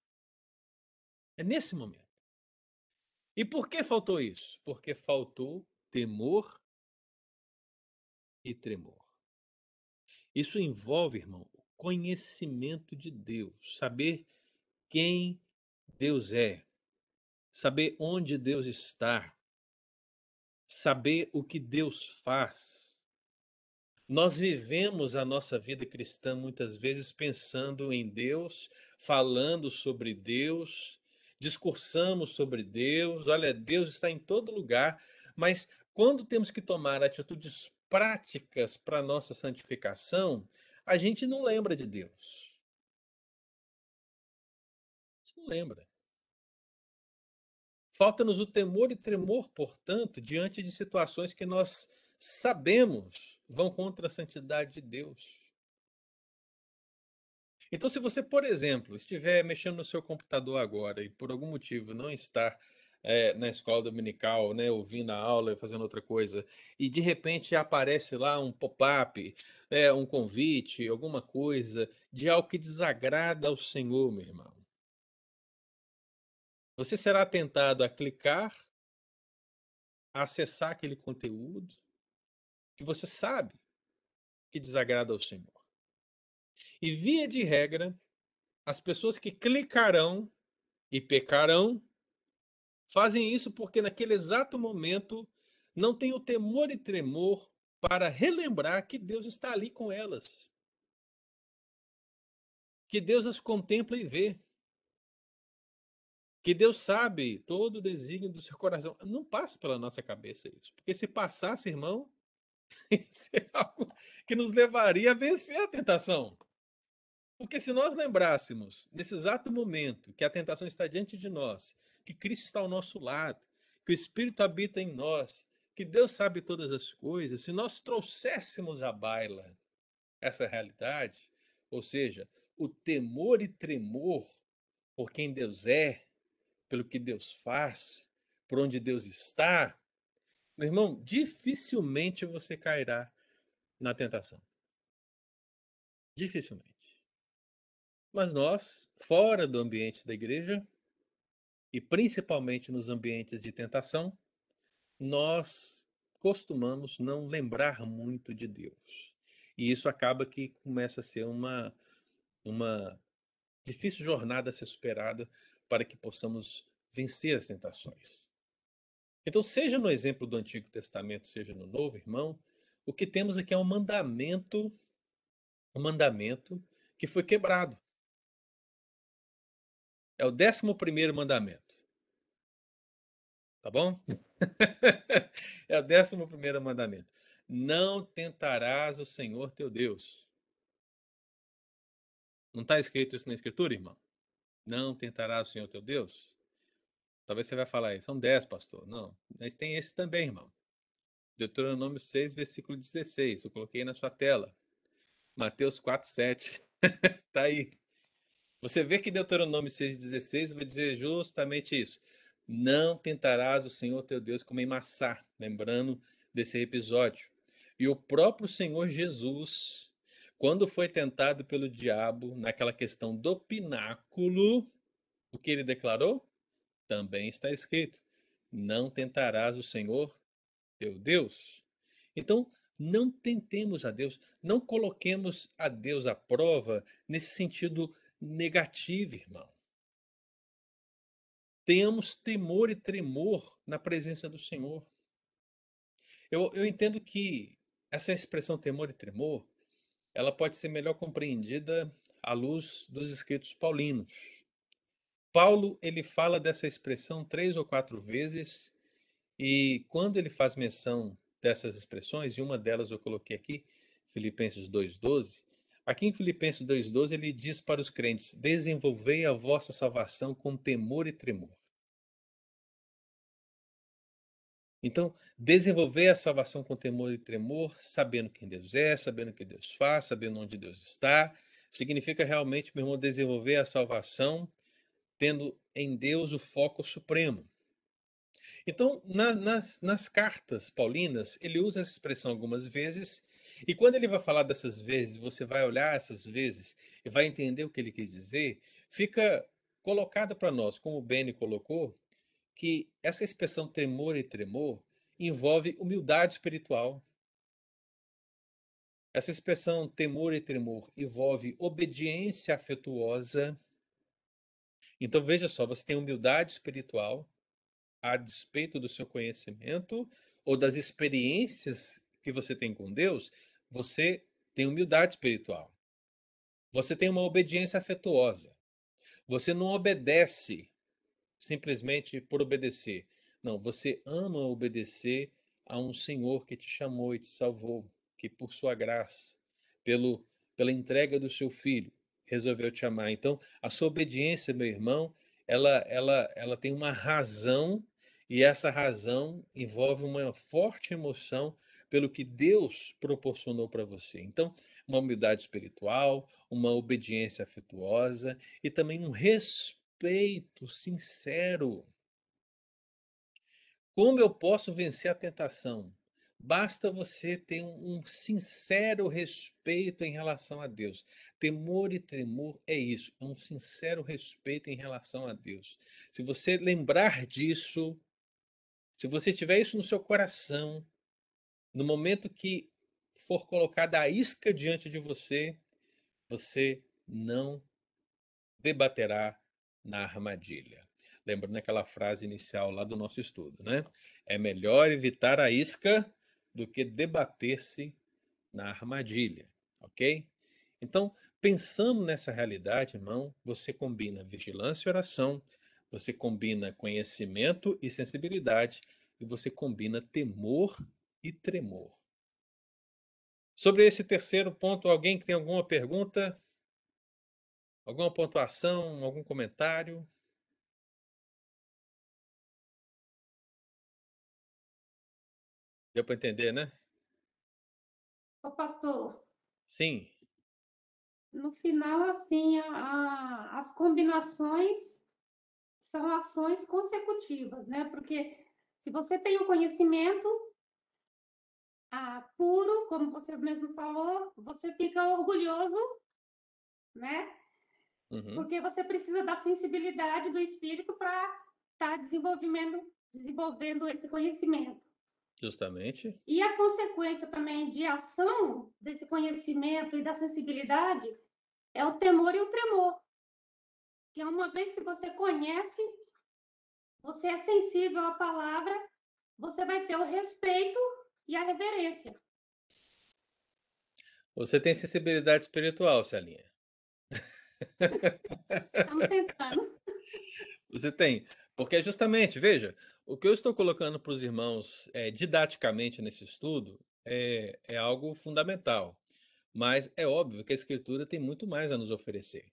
É nesse momento. E por que faltou isso? Porque faltou temor e tremor. Isso envolve, irmão, o conhecimento de Deus, saber quem Deus é, saber onde Deus está, saber o que Deus faz. Nós vivemos a nossa vida cristã muitas vezes pensando em Deus, falando sobre Deus, discursamos sobre Deus, olha, Deus está em todo lugar, mas quando temos que tomar atitudes práticas para a nossa santificação, a gente não lembra de Deus. A gente não lembra. Falta-nos o temor e tremor, portanto, diante de situações que nós sabemos vão contra a santidade de Deus. Então, se você, por exemplo, estiver mexendo no seu computador agora e por algum motivo não estar é, na escola dominical, né, ouvindo a aula e fazendo outra coisa, e de repente aparece lá um pop-up, é, um convite, alguma coisa de algo que desagrada ao Senhor, meu irmão, você será tentado a clicar, a acessar aquele conteúdo que você sabe que desagrada ao Senhor. E via de regra, as pessoas que clicarão e pecarão fazem isso porque naquele exato momento não tem o temor e tremor para relembrar que Deus está ali com elas. Que Deus as contempla e vê. Que Deus sabe todo o desígnio do seu coração. Não passa pela nossa cabeça isso. Porque se passasse, irmão, isso é algo que nos levaria a vencer a tentação. Porque se nós lembrássemos, nesse exato momento, que a tentação está diante de nós, que Cristo está ao nosso lado, que o Espírito habita em nós, que Deus sabe todas as coisas, se nós trouxéssemos à baila essa realidade, ou seja, o temor e tremor por quem Deus é, pelo que Deus faz, por onde Deus está, meu irmão, dificilmente você cairá na tentação. Dificilmente. Mas nós, fora do ambiente da igreja, e principalmente nos ambientes de tentação, nós costumamos não lembrar muito de Deus. E isso acaba que começa a ser uma, uma difícil jornada a ser superada para que possamos vencer as tentações. Então, seja no exemplo do Antigo Testamento, seja no Novo, irmão, o que temos aqui é um mandamento, um mandamento que foi quebrado. É o décimo primeiro mandamento. Tá bom? É o décimo primeiro mandamento. Não tentarás o Senhor teu Deus. Não está escrito isso na Escritura, irmão? Não tentarás o Senhor teu Deus? Talvez você vai falar aí, são dez, pastor. Não, mas tem esse também, irmão. Deuteronômio seis, versículo dezesseis. Eu coloquei na sua tela. Mateus quatro, sete. Tá aí. Você vê que Deuteronômio seis, dezesseis vai dizer justamente isso. Não tentarás o Senhor teu Deus comer maçã, lembrando desse episódio. E o próprio Senhor Jesus, quando foi tentado pelo diabo naquela questão do pináculo, o que ele declarou? Também está escrito: não tentarás o Senhor teu Deus. Então, não tentemos a Deus, não coloquemos a Deus à prova nesse sentido negativo, irmão. Tenhamos temor e tremor na presença do Senhor. Eu, eu entendo que essa expressão temor e tremor, ela pode ser melhor compreendida à luz dos escritos paulinos. Paulo, ele fala dessa expressão três ou quatro vezes, e quando ele faz menção dessas expressões, e uma delas eu coloquei aqui, Filipenses dois, doze, aqui em Filipenses dois, doze ele diz para os crentes: desenvolvei a vossa salvação com temor e tremor. Então, desenvolver a salvação com temor e tremor, sabendo quem Deus é, sabendo o que Deus faz, sabendo onde Deus está, significa realmente, meu irmão, desenvolver a salvação tendo em Deus o foco supremo. Então, na, nas, nas cartas paulinas, ele usa essa expressão algumas vezes, e quando ele vai falar dessas vezes, você vai olhar essas vezes e vai entender o que ele quis dizer, fica colocado para nós, como o Beni colocou, que essa expressão temor e tremor envolve humildade espiritual. Essa expressão temor e tremor envolve obediência afetuosa. Então veja só, você tem humildade espiritual a despeito do seu conhecimento ou das experiências que você tem com Deus, você tem humildade espiritual. Você tem uma obediência afetuosa. Você não obedece simplesmente por obedecer. Não, você ama obedecer a um Senhor que te chamou e te salvou, que por sua graça, pelo, pela entrega do seu filho, resolveu te amar. Então, a sua obediência, meu irmão, ela, ela, ela tem uma razão, e essa razão envolve uma forte emoção pelo que Deus proporcionou para você. Então, uma humildade espiritual, uma obediência afetuosa e também um respeito sincero. Como eu posso vencer a tentação? Basta você ter um, um sincero respeito em relação a Deus. Temor e tremor é isso, é um sincero respeito em relação a Deus. Se você lembrar disso, se você tiver isso no seu coração, no momento que for colocada a isca diante de você, você não debaterá na armadilha. Lembrando aquela frase inicial lá do nosso estudo, né? É melhor evitar a isca do que debater-se na armadilha, ok? Então, pensando nessa realidade, irmão, você combina vigilância e oração, você combina conhecimento e sensibilidade, e você combina temor e tremor. Sobre esse terceiro ponto, alguém que tem alguma pergunta? Alguma pontuação? Algum comentário? Deu para entender, né? Ô, pastor, Sim. no final, assim, a- a- as combinações são ações consecutivas, né? Porque se você tem o conhecimento ah, puro, como você mesmo falou, você fica orgulhoso, né? Uhum. Porque você precisa da sensibilidade do espírito para estar desenvolvendo, desenvolvendo esse conhecimento. Justamente. E a consequência também de ação desse conhecimento e da sensibilidade é o temor e o tremor. Que é uma vez que você conhece, você é sensível à palavra, você vai ter o respeito e a reverência. Você tem sensibilidade espiritual, Celinha. Estamos tentando. Você tem. Porque justamente, veja, o que eu estou colocando para os irmãos é, didaticamente nesse estudo é, é algo fundamental. Mas é óbvio que a Escritura tem muito mais a nos oferecer.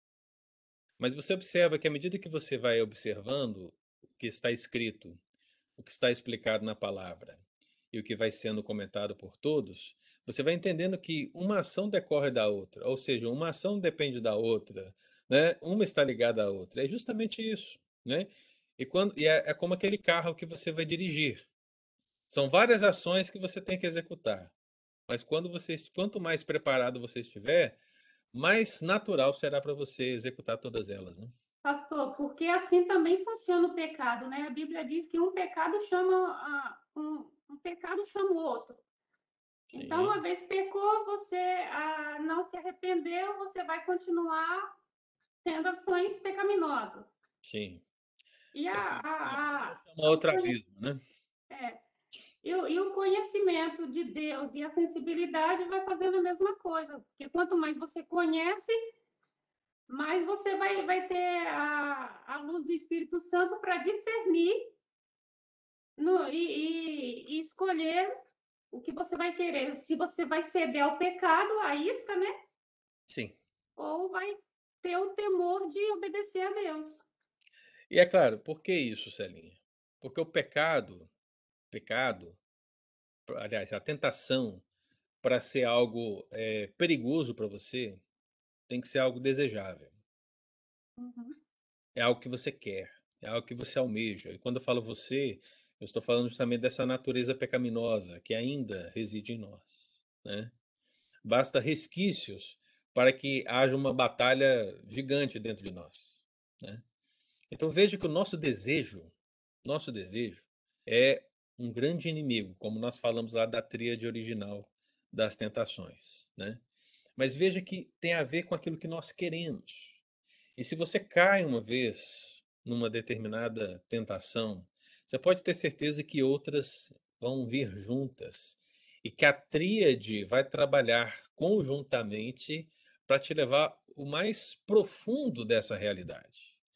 Mas você observa que à medida que você vai observando o que está escrito, o que está explicado na palavra e o que vai sendo comentado por todos, você vai entendendo que uma ação decorre da outra, ou seja, uma ação depende da outra, né? Uma está ligada à outra. É justamente isso, né? E, quando, e é, é como aquele carro que você vai dirigir. São várias ações que você tem que executar. Mas quando você, quanto mais preparado você estiver, mais natural será para você executar todas elas, né? Pastor, porque assim também funciona o pecado, né? A Bíblia diz que um pecado chama a, um, um pecado chama o outro. Então, uma Sim, vez pecou, você ah, não se arrependeu, você vai continuar tendo ações pecaminosas. sim. E, a, Porque o abismo a, chama a, o outro conhe- abismo, né? é, e, o- e o conhecimento de Deus e a sensibilidade vai fazendo a mesma coisa. Porque quanto mais você conhece, mais você vai, vai ter a, a luz do Espírito Santo para discernir no, e, e, e escolher o que você vai querer. Se você vai ceder ao pecado, à isca, né? Sim. Ou vai ter o temor de obedecer a Deus. E é claro, por que isso, Celinha? Porque o pecado, pecado, aliás, a tentação para ser algo é, perigoso para você tem que ser algo desejável. Uhum. É algo que você quer, é algo que você almeja. E quando eu falo você, eu estou falando justamente dessa natureza pecaminosa que ainda reside em nós, né? Basta resquícios para que haja uma batalha gigante dentro de nós, né? Então veja que o nosso desejo, nosso desejo é um grande inimigo, como nós falamos lá da tríade original das tentações, né? Mas veja que tem a ver com aquilo que nós queremos. E se você cai uma vez numa determinada tentação, você pode ter certeza que outras vão vir juntas e que a tríade vai trabalhar conjuntamente para te levar o mais profundo dessa realidade.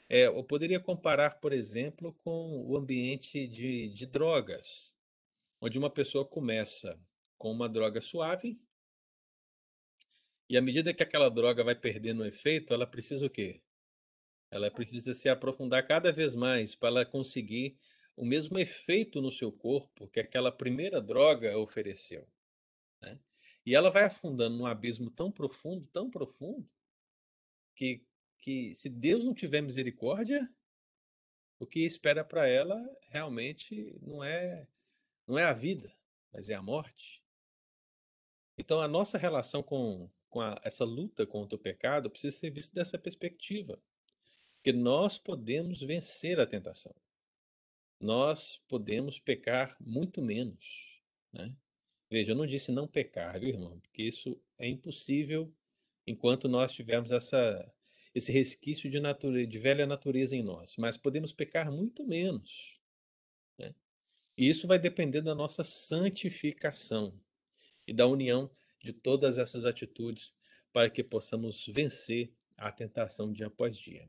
É, eu poderia comparar, por exemplo, com o ambiente de, de drogas, onde uma pessoa começa com uma droga suave e à medida que aquela droga vai perdendo o efeito, ela precisa o quê? Ela precisa se aprofundar cada vez mais para ela conseguir o mesmo efeito no seu corpo que aquela primeira droga ofereceu, né? E ela vai afundando num abismo tão profundo, tão profundo, que, que se Deus não tiver misericórdia, o que espera para ela realmente não é, não é a vida, mas é a morte. Então a nossa relação com, com a, essa luta contra o pecado precisa ser vista dessa perspectiva, que nós podemos vencer a tentação. Nós podemos pecar muito menos, né? Veja, eu não disse não pecar, viu, irmão? Porque isso é impossível enquanto nós tivermos essa, esse resquício de, natureza, de velha natureza em nós. Mas podemos pecar muito menos, né? E isso vai depender da nossa santificação e da união de todas essas atitudes para que possamos vencer a tentação dia após dia.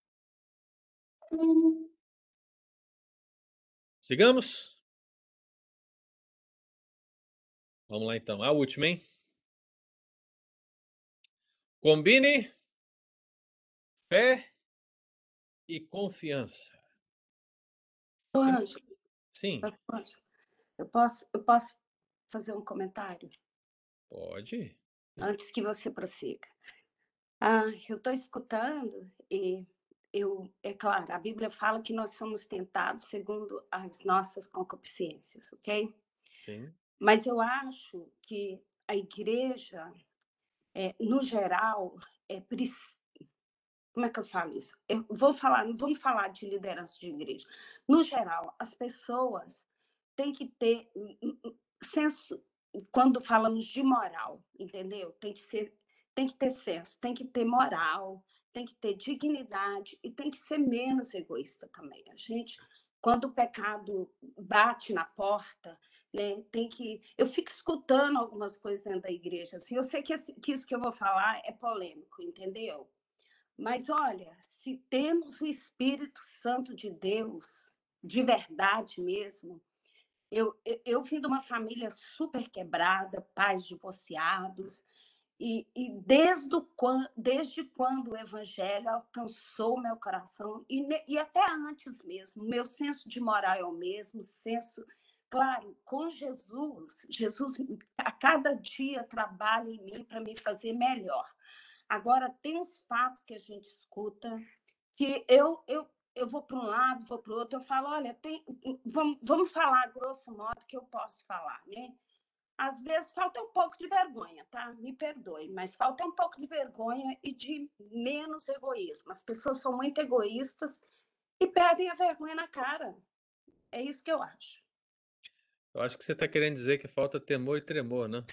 Sigamos? Vamos lá então. A última, hein? Combine fé e confiança. Anjo, Sim, Anjo, eu posso, eu posso fazer um comentário pode. antes que você prossiga. Ah, eu estou escutando e eu, é claro, a Bíblia fala que nós somos tentados segundo as nossas concupiscências, ok? Sim. Mas eu acho que a igreja, é, no geral, é, preci- como é que eu falo isso? Eu vou falar, não vamos falar de liderança de igreja. No geral, as pessoas têm que ter um, um, um senso, quando falamos de moral, entendeu? Tem que ser, tem que ter senso, tem que ter moral, tem que ter dignidade e tem que ser menos egoísta também. A gente, quando o pecado bate na porta, né, tem que. Eu fico escutando algumas coisas dentro da igreja. Assim, eu sei que, esse, que isso que eu vou falar é polêmico, entendeu? Mas olha, se temos o Espírito Santo de Deus, de verdade mesmo, eu, eu, eu vim de uma família super quebrada, pais divorciados, e, e desde, o, desde quando o Evangelho alcançou meu coração, e, e até antes mesmo, meu senso de moral é o mesmo, senso. Claro, com Jesus, Jesus a cada dia trabalha em mim para me fazer melhor. Agora, tem uns fatos que a gente escuta que eu, eu, eu vou para um lado, vou para o outro, eu falo, olha, tem, vamos, vamos falar grosso modo que eu posso falar, né? Às vezes falta um pouco de vergonha, tá? Me perdoe, mas falta um pouco de vergonha e de menos egoísmo. As pessoas são muito egoístas e perdem a vergonha na cara. É isso que eu acho. Eu acho que você está querendo dizer que falta temor e tremor, né?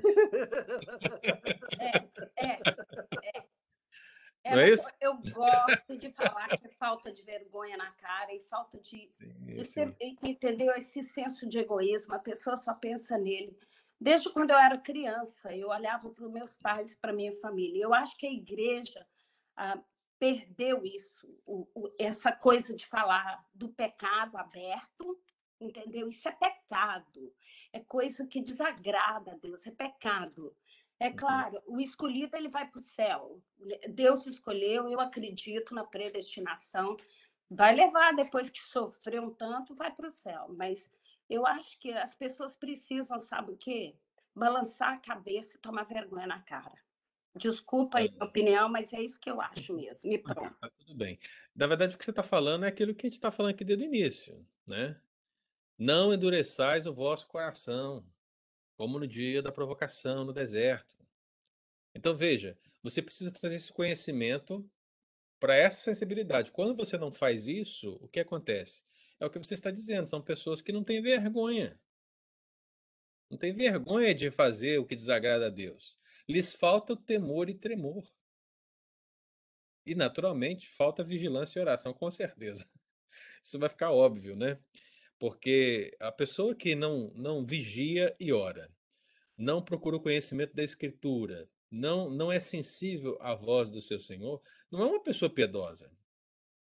É, é, é. É, Não é mas isso? eu, eu gosto de falar que é falta de vergonha na cara e falta de, Sim, de sim. ser, entendeu? Esse senso de egoísmo, a pessoa só pensa nele. Desde quando eu era criança, eu olhava para os meus pais e para a minha família. Eu acho que a igreja ah, perdeu isso, o, o, essa coisa de falar do pecado aberto, entendeu? Isso é pecado, é coisa que desagrada a Deus, é pecado. É claro, o escolhido ele vai para o céu. Deus escolheu, eu acredito na predestinação. Vai levar, depois que sofreu um tanto, vai para o céu. Mas eu acho que as pessoas precisam, sabe o quê? Balançar a cabeça e tomar vergonha na cara. Desculpa aí a opinião, mas é isso que eu acho mesmo. E pronto. Tá tudo bem. Na verdade, o que você está falando é aquilo que a gente está falando aqui desde o início, né? Não endureçais o vosso coração, como no dia da provocação no deserto. Então, veja, você precisa trazer esse conhecimento para essa sensibilidade. Quando você não faz isso, o que acontece? É o que você está dizendo, são pessoas que não têm vergonha. Não têm vergonha de fazer o que desagrada a Deus. Lhes falta o temor e tremor. E, naturalmente, falta vigilância e oração, com certeza. Isso vai ficar óbvio, né? Porque a pessoa que não, não vigia e ora, não procura o conhecimento da Escritura, não, não é sensível à voz do seu Senhor, não é uma pessoa piedosa.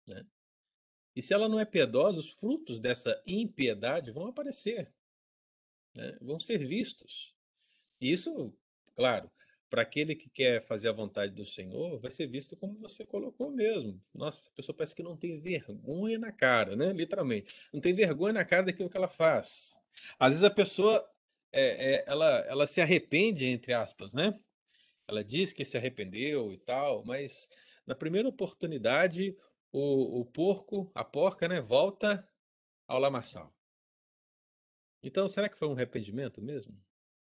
né? E se ela não é piedosa, os frutos dessa impiedade vão aparecer, né? Vão ser vistos. E isso, claro, para aquele que quer fazer a vontade do Senhor, vai ser visto como você colocou mesmo. Nossa, a pessoa parece que não tem vergonha na cara, né? Literalmente. Não tem vergonha na cara daquilo que ela faz. Às vezes a pessoa, é, é, ela, ela se arrepende, entre aspas, né? Ela diz que se arrependeu e tal, mas na primeira oportunidade, o, o porco, a porca, né, volta ao lamaçal. Então, será que foi um arrependimento mesmo?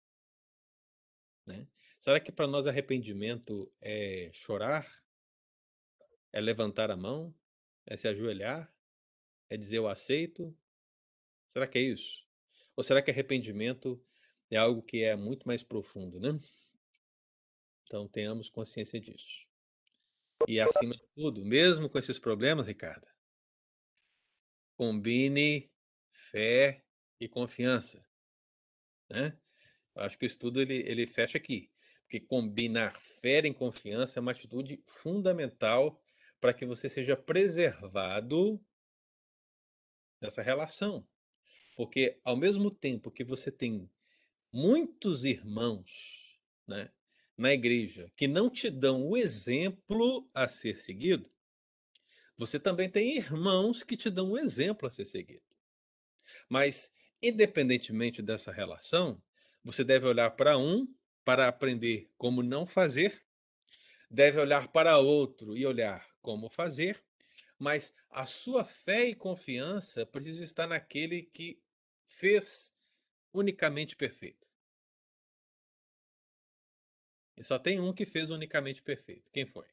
Né? Será que para nós arrependimento é chorar, é levantar a mão, é se ajoelhar, é dizer eu aceito? Será que é isso? Ou será que arrependimento é algo que é muito mais profundo, né? Então tenhamos consciência disso. E acima de tudo, mesmo com esses problemas, Ricardo, combine fé e confiança, né? Eu acho que o estudo ele, ele fecha aqui, porque combinar fé e confiança é uma atitude fundamental para que você seja preservado dessa relação. Porque ao mesmo tempo que você tem muitos irmãos, né, na igreja que não te dão o exemplo a ser seguido, você também tem irmãos que te dão o exemplo a ser seguido. Mas, independentemente dessa relação, você deve olhar para um para aprender como não fazer, deve olhar para outro e olhar como fazer, mas a sua fé e confiança precisa estar naquele que fez unicamente perfeito. E só tem um que fez unicamente perfeito. Quem foi?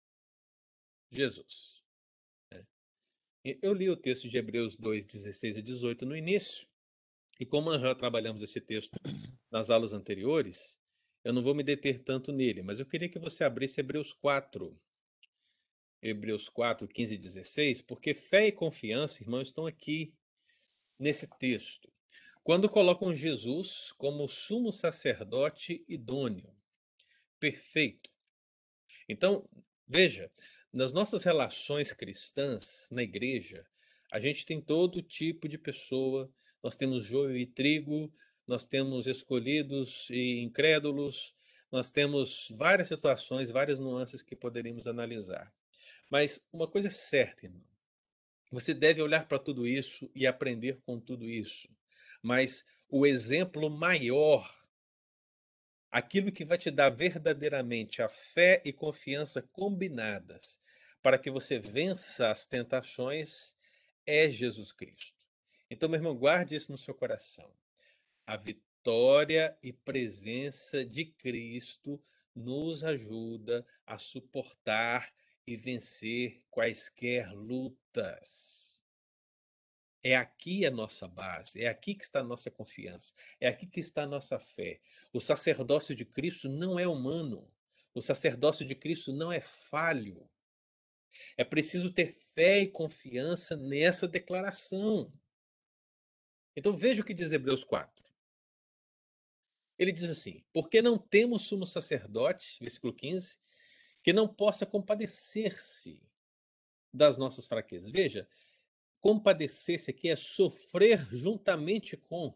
Jesus. né? E Eu li o texto de Hebreus dois, dezesseis e dezoito no início, e como nós já trabalhamos esse texto nas aulas anteriores, eu não vou me deter tanto nele, mas eu queria que você abrisse Hebreus quatro. Hebreus quatro, quinze e dezesseis, porque fé e confiança, irmãos, estão aqui nesse texto. Quando colocam Jesus como sumo sacerdote idôneo, perfeito. Então, veja, nas nossas relações cristãs, na igreja, a gente tem todo tipo de pessoa, nós temos joio e trigo, nós temos escolhidos e incrédulos, nós temos várias situações, várias nuances que poderíamos analisar. Mas uma coisa é certa, irmão, você deve olhar para tudo isso e aprender com tudo isso. Mas o exemplo maior, aquilo que vai te dar verdadeiramente a fé e confiança combinadas para que você vença as tentações, é Jesus Cristo. Então, meu irmão, guarde isso no seu coração. A vitória e presença de Cristo nos ajuda a suportar e vencer quaisquer lutas. É aqui a nossa base, é aqui que está a nossa confiança, é aqui que está a nossa fé. O sacerdócio de Cristo não é humano, o sacerdócio de Cristo não é falho. É preciso ter fé e confiança nessa declaração. Então veja o que diz Hebreus quatro. Ele diz assim: porque não temos sumo sacerdote, versículo quinze, que não possa compadecer-se das nossas fraquezas. Veja, compadecer-se aqui é sofrer juntamente com,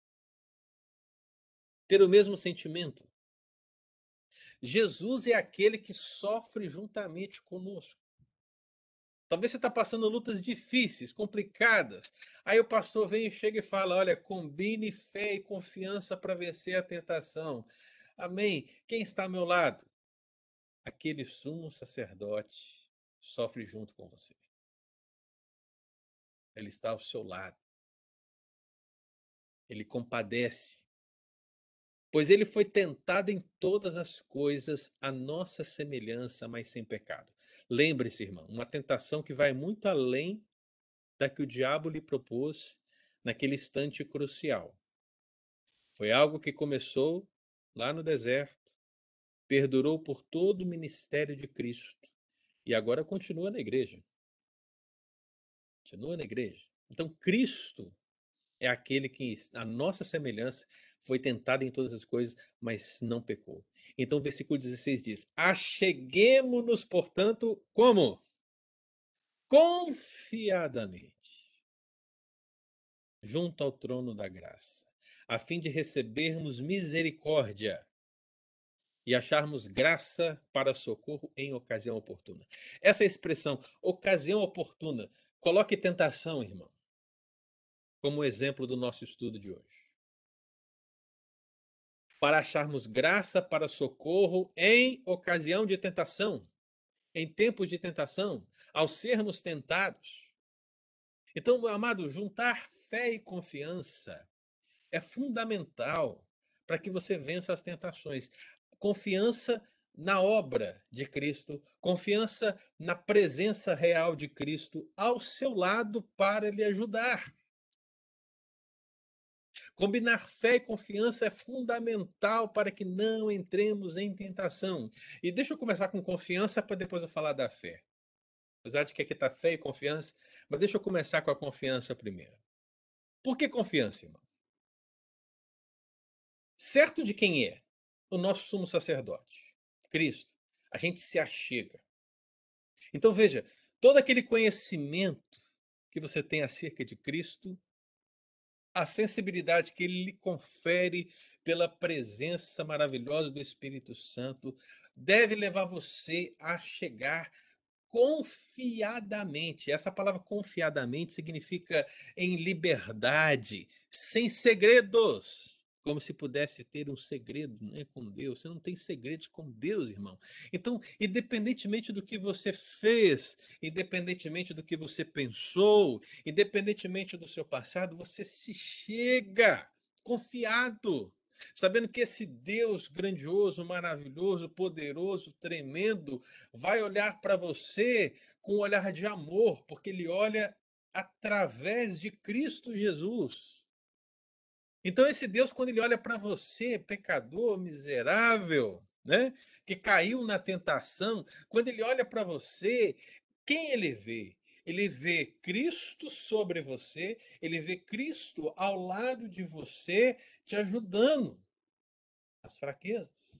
ter o mesmo sentimento. Jesus é aquele que sofre juntamente conosco. Talvez você está passando lutas difíceis, complicadas. Aí o pastor vem e chega e fala: olha, combine fé e confiança para vencer a tentação. Amém? Quem está ao meu lado? Aquele sumo sacerdote sofre junto com você. Ele está ao seu lado. Ele compadece. Pois ele foi tentado em todas as coisas, a nossa semelhança, mas sem pecado. Lembre-se, irmão, uma tentação que vai muito além da que o diabo lhe propôs naquele instante crucial. Foi algo que começou lá no deserto, perdurou por todo o ministério de Cristo e agora continua na igreja. Continua na igreja. Então, Cristo é aquele que, a nossa semelhança, foi tentado em todas as coisas, mas não pecou. Então, o versículo dezesseis diz: acheguemo-nos, portanto, como? confiadamente junto ao trono da graça, a fim de recebermos misericórdia e acharmos graça para socorro em ocasião oportuna. Essa expressão, ocasião oportuna, coloque tentação, irmão, como exemplo do nosso estudo de hoje. Para acharmos graça para socorro em ocasião de tentação, em tempos de tentação, ao sermos tentados. Então, meu amado, juntar fé e confiança é fundamental para que você vença as tentações. Confiança na obra de Cristo, confiança na presença real de Cristo ao seu lado para lhe ajudar. Combinar fé e confiança é fundamental para que não entremos em tentação. E deixa eu começar com confiança para depois eu falar da fé. Apesar de que aqui está fé e confiança, mas deixa eu começar com a confiança primeiro. Por que confiança, irmão? Certo de quem é? O nosso sumo sacerdote, Cristo. A gente se achega. Então veja, todo aquele conhecimento que você tem acerca de Cristo, a sensibilidade que ele lhe confere pela presença maravilhosa do Espírito Santo, deve levar você a chegar confiadamente. Essa palavra confiadamente significa em liberdade, sem segredos. Como se pudesse ter um segredo, né, com Deus. Você não tem segredos com Deus, irmão. Então, independentemente do que você fez, independentemente do que você pensou, independentemente do seu passado, você se chega confiado, sabendo que esse Deus grandioso, maravilhoso, poderoso, tremendo, vai olhar para você com um olhar de amor, porque ele olha através de Cristo Jesus. Então esse Deus, quando ele olha para você, pecador, miserável, né, que caiu na tentação, quando ele olha para você, quem ele vê? Ele vê Cristo sobre você, ele vê Cristo ao lado de você, te ajudando nas fraquezas.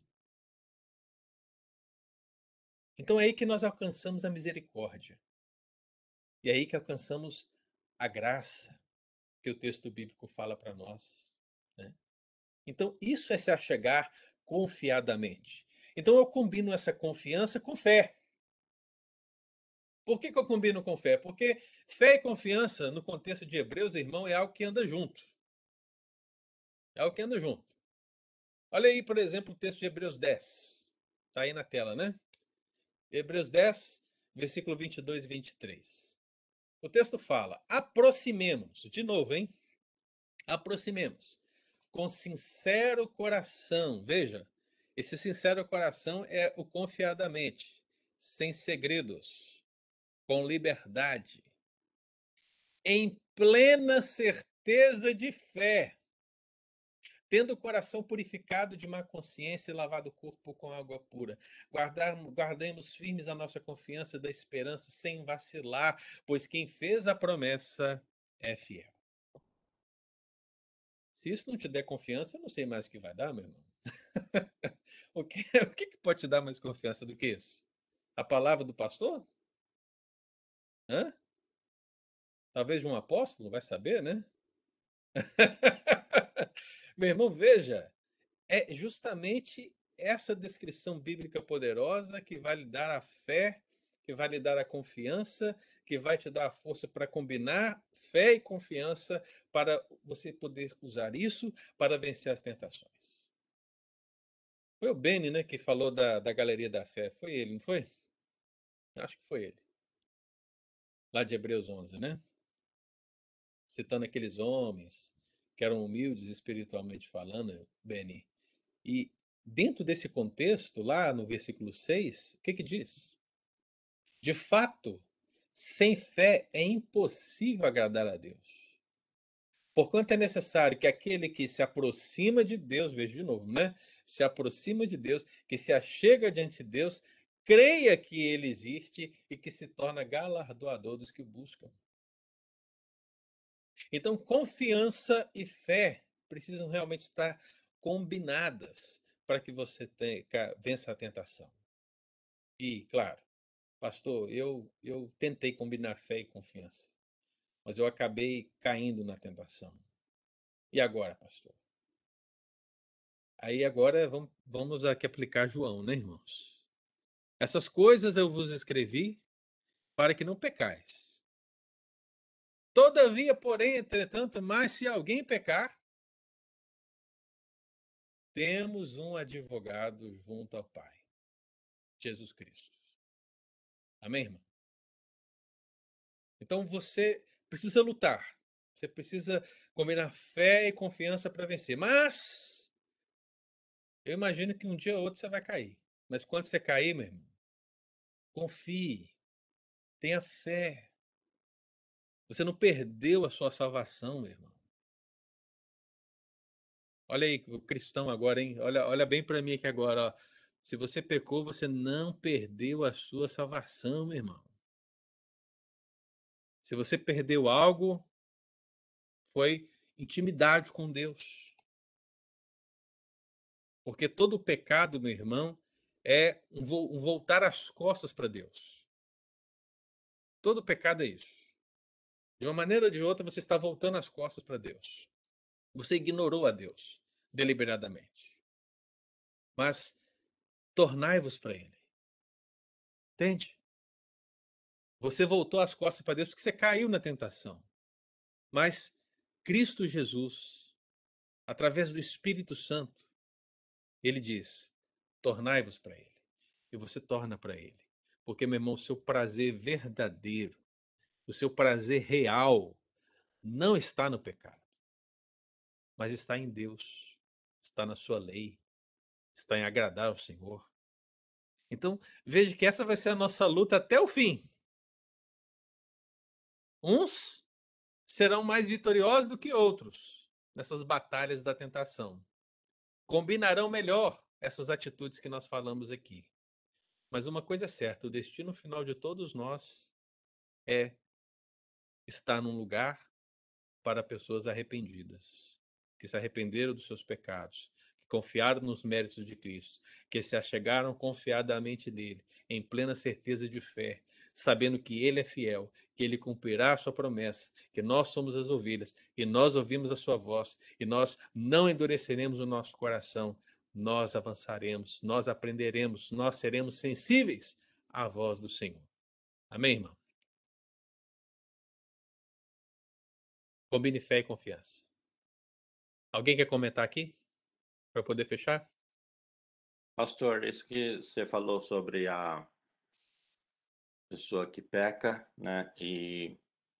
Então é aí que nós alcançamos a misericórdia. E é aí que alcançamos a graça que o texto bíblico fala para nós, né? Então isso é se achegar confiadamente. Então eu combino essa confiança com fé. Por que que eu combino com fé? Porque fé e confiança, no contexto de Hebreus, irmão, é algo que anda junto. É algo que anda junto. Olha aí, por exemplo, o texto de Hebreus dez. Está aí na tela, né? Hebreus dez, versículo vinte e dois e vinte e três. O texto fala: aproximemos, de novo, hein? Aproximemos com sincero coração. Veja, esse sincero coração é o confiadamente, sem segredos, com liberdade, em plena certeza de fé, tendo o coração purificado de má consciência e lavado o corpo com água pura. Guardar, guardemos firmes a nossa confiança da esperança sem vacilar, pois quem fez a promessa é fiel. Se isso não te der confiança, eu não sei mais o que vai dar, meu irmão. o, que, o que pode te dar mais confiança do que isso? A palavra do pastor? Hã? Talvez de um apóstolo, vai saber, né? Meu irmão, veja, é justamente essa descrição bíblica poderosa que vai lhe dar a fé, que vai lhe dar a confiança, que vai te dar a força para combinar fé e confiança para você poder usar isso para vencer as tentações. Foi o Benny, né, que falou da, da Galeria da Fé. Foi ele, não foi? Acho que foi ele. Lá de Hebreus onze, né? Citando aqueles homens que eram humildes espiritualmente falando, Benny. E dentro desse contexto, lá no versículo seis, o que que diz? De fato, sem fé é impossível agradar a Deus. Porquanto é necessário que aquele que se aproxima de Deus, veja de novo, né? Se aproxima de Deus, que se achega diante de Deus, creia que ele existe e que se torna galardoador dos que o buscam. Então, confiança e fé precisam realmente estar combinadas para que você tenha, vença a tentação. E, claro, pastor, eu, eu tentei combinar fé e confiança, mas eu acabei caindo na tentação. E agora, pastor? Aí agora vamos, vamos aqui aplicar João, né, irmãos? Essas coisas eu vos escrevi para que não pecais. Todavia, porém, entretanto, mas se alguém pecar, temos um advogado junto ao Pai, Jesus Cristo. Amém, irmão? Então você precisa lutar. Você precisa combinar fé e confiança para vencer. Mas eu imagino que um dia ou outro você vai cair. Mas quando você cair, meu irmão, confie, tenha fé. Você não perdeu a sua salvação, meu irmão. Olha aí, o cristão agora, hein? Olha, olha bem para mim aqui agora, ó. Se você pecou, você não perdeu a sua salvação, meu irmão. Se você perdeu algo, foi intimidade com Deus. Porque todo pecado, meu irmão, é um voltar as costas para Deus. Todo pecado é isso. De uma maneira ou de outra, você está voltando as costas para Deus. Você ignorou a Deus deliberadamente. Mas tornai-vos para Ele. Entende? Você voltou as costas para Deus porque você caiu na tentação. Mas Cristo Jesus, através do Espírito Santo, Ele diz: tornai-vos para Ele. E você torna para Ele. Porque, meu irmão, o seu prazer verdadeiro, o seu prazer real, não está no pecado, mas está em Deus, está na sua lei, está em agradar ao Senhor. Então, veja que essa vai ser a nossa luta até o fim. Uns serão mais vitoriosos do que outros nessas batalhas da tentação. Combinarão melhor essas atitudes que nós falamos aqui. Mas uma coisa é certa, o destino final de todos nós é estar num lugar para pessoas arrependidas, que se arrependeram dos seus pecados, que confiaram nos méritos de Cristo, que se achegaram confiadamente nele, em plena certeza de fé, sabendo que ele é fiel, que ele cumprirá a sua promessa, que nós somos as ovelhas e nós ouvimos a sua voz e nós não endureceremos o nosso coração, nós avançaremos, nós aprenderemos, nós seremos sensíveis à voz do Senhor. Amém, irmão? Combine fé e confiança. Alguém quer comentar aqui? Para poder fechar? Pastor, isso que você falou sobre a pessoa que peca, né? E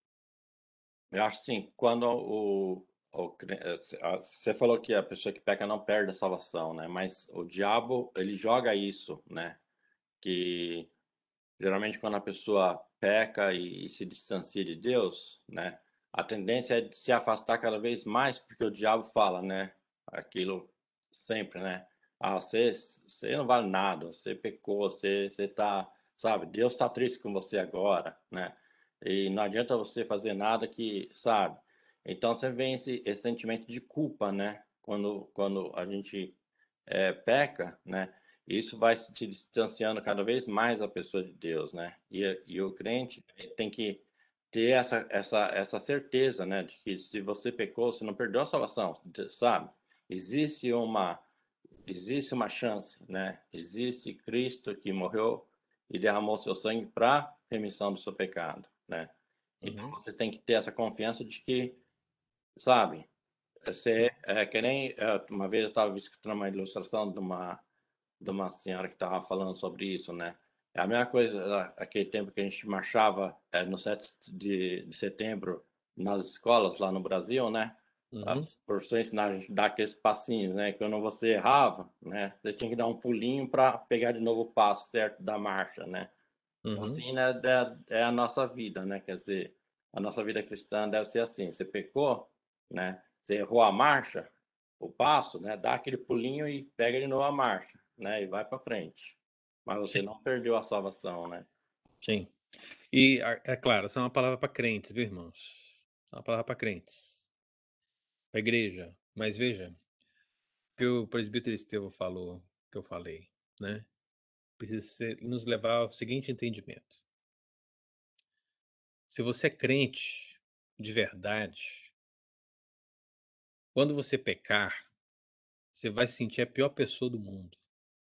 eu acho assim, quando o, o cre- eh, você falou que a pessoa que peca não perde a salvação, né? Mas o diabo, ele joga isso, né? Que geralmente quando a pessoa peca e, e se distancia de Deus, né? A tendência é de se afastar cada vez mais, porque o diabo fala, né? Aquilo sempre, né? Ah, você, você não vale nada, você pecou, você, você tá, sabe? Deus tá triste com você agora, né? E não adianta você fazer nada que, sabe? Então você vem esse, esse sentimento de culpa, né? Quando, quando a gente é, peca, né? Isso vai se distanciando cada vez mais a pessoa de Deus, né? E, e o crente tem que ter essa, essa, essa certeza, né? De que se você pecou, você não perdeu a salvação, sabe? Existe uma, existe uma chance, né? Existe Cristo que morreu e derramou seu sangue para remissão do seu pecado, né? Então Uhum. você tem que ter essa confiança de que, sabe? Você, é, que nem é, uma vez eu estava escutando uma ilustração de uma de uma senhora que estava falando sobre isso, né? É a mesma coisa, aquele tempo que a gente marchava é, no sete de, de setembro nas escolas lá no Brasil, né? Uhum. As professores ensinaram a gente a dar aqueles passinhos, né? Quando você errava, né? Você tinha que dar um pulinho para pegar de novo o passo certo da marcha, né? Então, Uhum. assim, né, é, é a nossa vida, né? Quer dizer, a nossa vida cristã deve ser assim. Você pecou, né? Você errou a marcha, o passo, né? Dá aquele pulinho e pega de novo a marcha, né? E vai para frente. Mas você Sim. não perdeu a salvação, né? Sim. E, é claro, essa é uma palavra para crentes, viu, irmãos? É uma palavra para crentes, para igreja. Mas veja, o que o presbítero Estevão falou, que eu falei, né? precisa ser, nos levar ao seguinte entendimento. Se você é crente de verdade, quando você pecar, você vai se sentir a pior pessoa do mundo.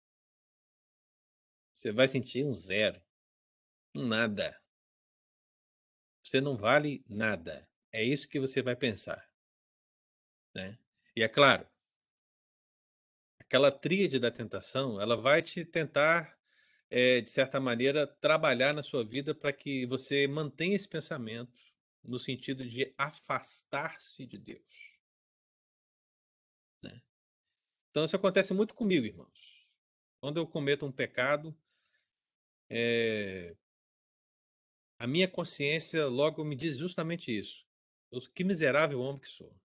Você vai sentir um zero, um nada. Você não vale nada. É isso que você vai pensar, né? E é claro, aquela tríade da tentação, ela vai te tentar, é, de certa maneira, trabalhar na sua vida para que você mantenha esse pensamento no sentido de afastar-se de Deus, né? Então isso acontece muito comigo, irmãos. Quando eu cometo um pecado, é, a minha consciência logo me diz justamente isso. Eu, que miserável homem que sou.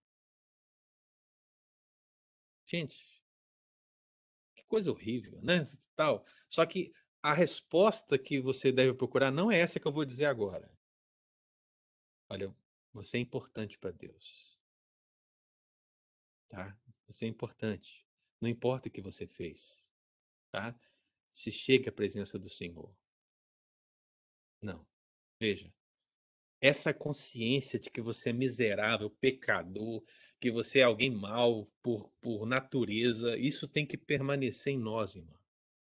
Gente, que coisa horrível, né? Tal. Só que a resposta que você deve procurar não é essa que eu vou dizer agora. Olha, você é importante para Deus, tá? Você é importante. Não importa o que você fez, tá? Se chega à presença do Senhor. Não. Veja, essa consciência de que você é miserável, pecador, que você é alguém mau por, por natureza, isso tem que permanecer em nós, irmão.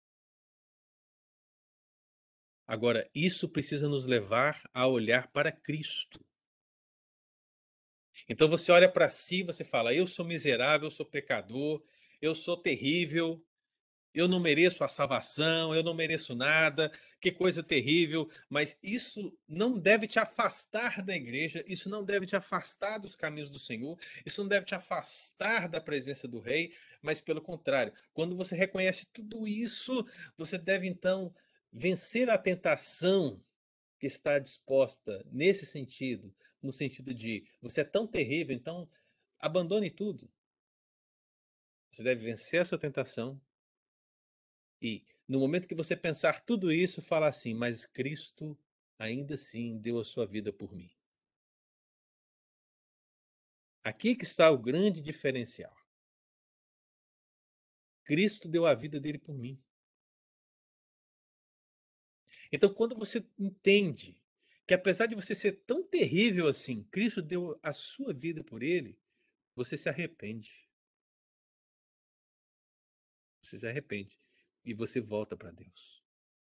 Agora, isso precisa nos levar a olhar para Cristo. Então você olha para si e você fala: eu sou miserável, eu sou pecador, eu sou terrível, eu não mereço a salvação, eu não mereço nada, que coisa terrível. Mas isso não deve te afastar da igreja, isso não deve te afastar dos caminhos do Senhor, isso não deve te afastar da presença do Rei, mas pelo contrário, quando você reconhece tudo isso, você deve então vencer a tentação que está disposta nesse sentido, no sentido de você é tão terrível, então abandone tudo. Você deve vencer essa tentação e, no momento que você pensar tudo isso, falar assim: mas Cristo ainda assim deu a sua vida por mim. Aqui que está o grande diferencial. Cristo deu a vida dele por mim. Então, quando você entende que apesar de você ser tão terrível assim, Cristo deu a sua vida por ele, você se arrepende. Você se arrepende e você volta para Deus.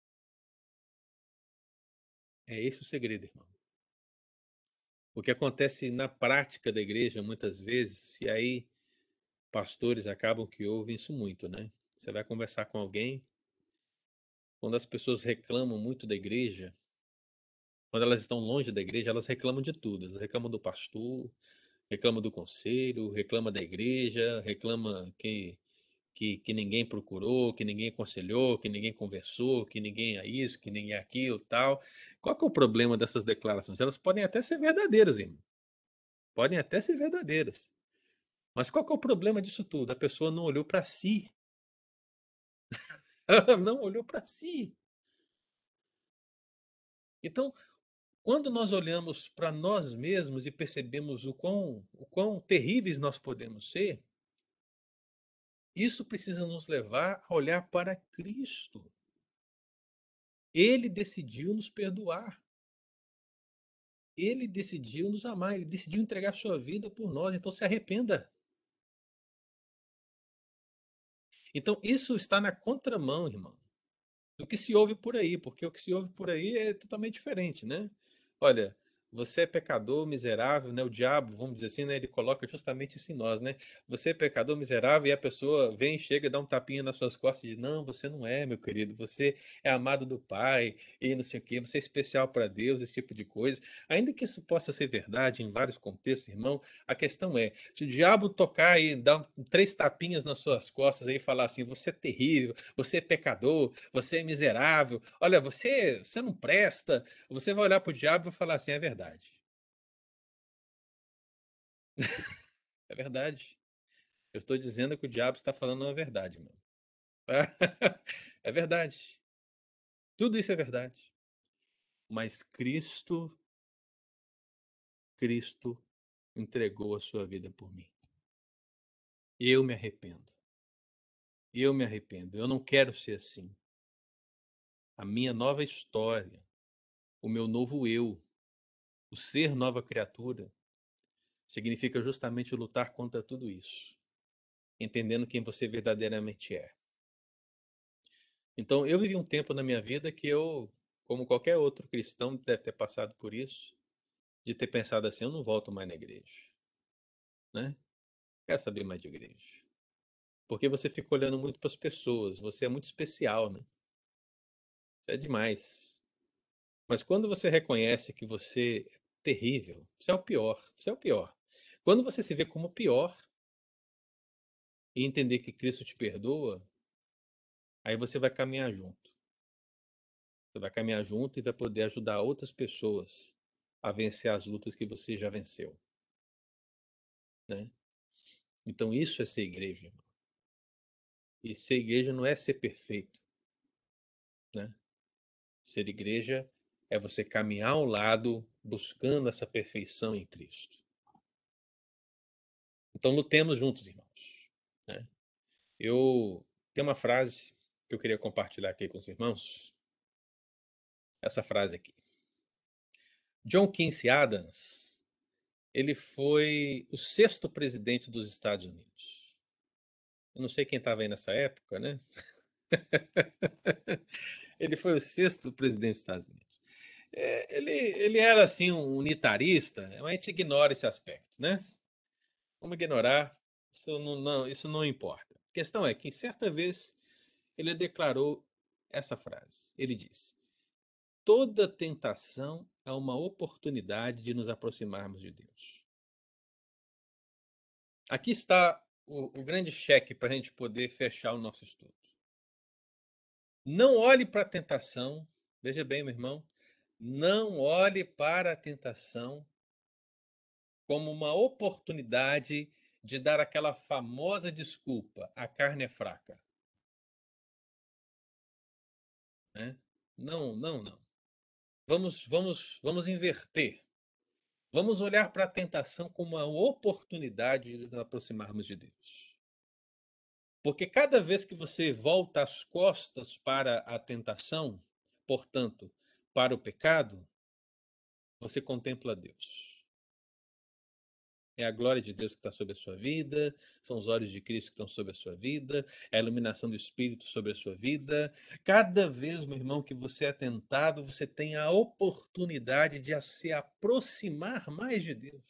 É esse o segredo, irmão. O que acontece na prática da igreja muitas vezes, e aí pastores acabam que ouvem isso muito, né? Você vai conversar com alguém, quando as pessoas reclamam muito da igreja, quando elas estão longe da igreja, elas reclamam de tudo. Elas reclamam do pastor, reclamam do conselho, reclamam da igreja, reclamam que Que, que ninguém procurou, que ninguém aconselhou, que ninguém conversou, que ninguém é isso, que ninguém é aquilo, tal. Qual que é o problema dessas declarações? Elas podem até ser verdadeiras, irmão. Podem até ser verdadeiras. Mas qual que é o problema disso tudo? A pessoa não olhou para si. Ela não olhou para si. Então, quando nós olhamos para nós mesmos e percebemos o quão, o quão terríveis nós podemos ser, isso precisa nos levar a olhar para Cristo. Ele decidiu nos perdoar. Ele decidiu nos amar, ele decidiu entregar sua vida por nós, então se arrependa. Então isso está na contramão, irmão, do que se ouve por aí, porque o que se ouve por aí é totalmente diferente, né? Olha, você é pecador, miserável, né? O diabo, vamos dizer assim, né? Ele coloca justamente isso em nós, né? Você é pecador, miserável, e a pessoa vem, chega, dá um tapinha nas suas costas e diz: não, você não é, meu querido, você é amado do Pai, e não sei o quê, você é especial para Deus, esse tipo de coisa. Ainda que isso possa ser verdade em vários contextos, irmão, a questão é, se o diabo tocar e dar um- três tapinhas nas suas costas aí e falar assim: você é terrível, você é pecador, você é miserável, olha, você, você não presta, você vai olhar para o diabo e vai falar assim: é verdade. É verdade. Eu estou dizendo que o diabo está falando a verdade, mano. É verdade. Tudo isso é verdade. Mas Cristo, Cristo entregou a sua vida por mim. Eu me arrependo. Eu me arrependo. Eu não quero ser assim. a minha nova história, o meu novo eu, o ser nova criatura, significa justamente lutar contra tudo isso, entendendo quem você verdadeiramente é. Então, eu vivi um tempo na minha vida que eu, como qualquer outro cristão, deve ter passado por isso, de ter pensado assim, eu não volto mais na igreja, né? Quero saber mais de igreja. Porque você fica olhando muito para as pessoas, você é muito especial, né? Isso é demais. Mas quando você reconhece que você é terrível, você é o pior, você é o pior. Quando você se vê como o pior e entender que Cristo te perdoa, aí você vai caminhar junto. Você vai caminhar junto e vai poder ajudar outras pessoas a vencer as lutas que você já venceu, né? Então isso é ser igreja, irmão. E ser igreja não é ser perfeito, né? Ser igreja é você caminhar ao lado buscando essa perfeição em Cristo. Então lutemos juntos, irmãos, né? Eu tenho uma frase que eu queria compartilhar aqui com os irmãos. Essa frase aqui. John Quincy Adams, ele foi o sexto presidente dos Estados Unidos. Eu não sei quem estava aí nessa época, né? Ele foi o sexto presidente dos Estados Unidos. É, ele, ele era assim um unitarista, mas a gente ignora esse aspecto, né? Vamos ignorar, isso não, não, isso não importa. A questão é que certa vez ele declarou essa frase. Ele disse: toda tentação é uma oportunidade de nos aproximarmos de Deus. Aqui está o, o grande cheque para a gente poder fechar o nosso estudo. Não olhe para a tentação, veja bem, meu irmão, não olhe para a tentação como uma oportunidade de dar aquela famosa desculpa: a carne é fraca. Né? Não, não, não. Vamos, vamos, vamos inverter. Vamos olhar para a tentação como uma oportunidade de nos aproximarmos de Deus. Porque cada vez que você volta as costas para a tentação, portanto, para o pecado, você contempla Deus. É a glória de Deus que está sobre a sua vida, são os olhos de Cristo que estão sobre a sua vida, é a iluminação do Espírito sobre a sua vida. Cada vez, meu irmão, que você é tentado, você tem a oportunidade de se aproximar mais de Deus.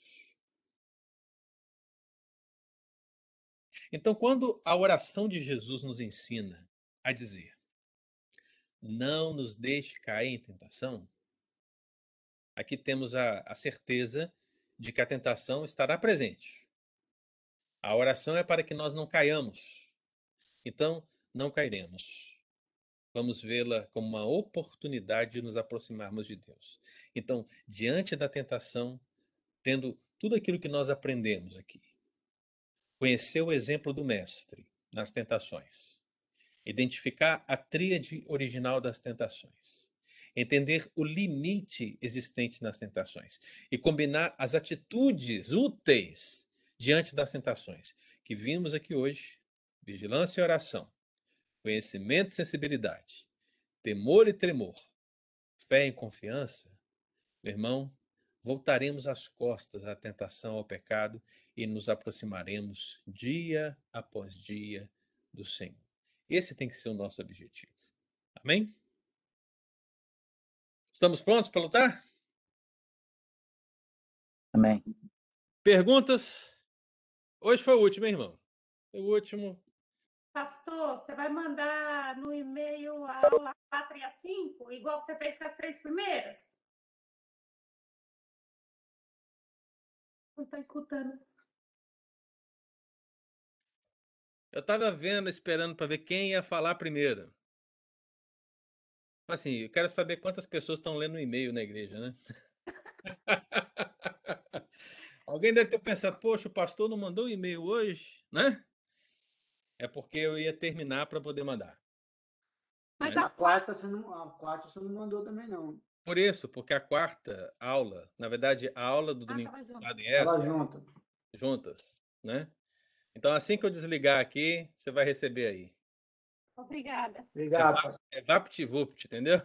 Então, quando a oração de Jesus nos ensina a dizer: não nos deixe cair em tentação, aqui temos a, a certeza de que a tentação estará presente. A oração é para que nós não caiamos. Então, não cairemos. Vamos vê-la como uma oportunidade de nos aproximarmos de Deus. Então, diante da tentação, tendo tudo aquilo que nós aprendemos aqui, conhecer o exemplo do Mestre nas tentações, identificar a tríade original das tentações, entender o limite existente nas tentações e combinar as atitudes úteis diante das tentações que vimos aqui hoje: vigilância e oração, conhecimento e sensibilidade, temor e tremor, fé e confiança. Meu irmão, voltaremos as costas à tentação, ao pecado, e nos aproximaremos dia após dia do Senhor. Esse tem que ser o nosso objetivo. Amém? Estamos prontos para lutar? Amém. Perguntas? Hoje foi o último, hein, irmão? Foi o último. Pastor, você vai mandar no e-mail a aula quatro e a cinco, igual você fez com as três primeiras? Não está escutando. Eu estava vendo, esperando para ver quem ia falar primeiro. Assim, eu quero saber quantas pessoas estão lendo o e-mail na igreja, né? Alguém deve ter pensado: poxa, o pastor não mandou o e-mail hoje, né? É porque eu ia terminar para poder mandar. Mas né? a quarta você não, a quarta você não mandou também, não. Por isso, porque a quarta aula, na verdade, a aula do Ah, domingo tava junto. passado e Tava essa, junto. juntas, né? Então, assim que eu desligar aqui, você vai receber aí. Obrigada. É, Obrigado, va- pastor. é VaptVupt, entendeu?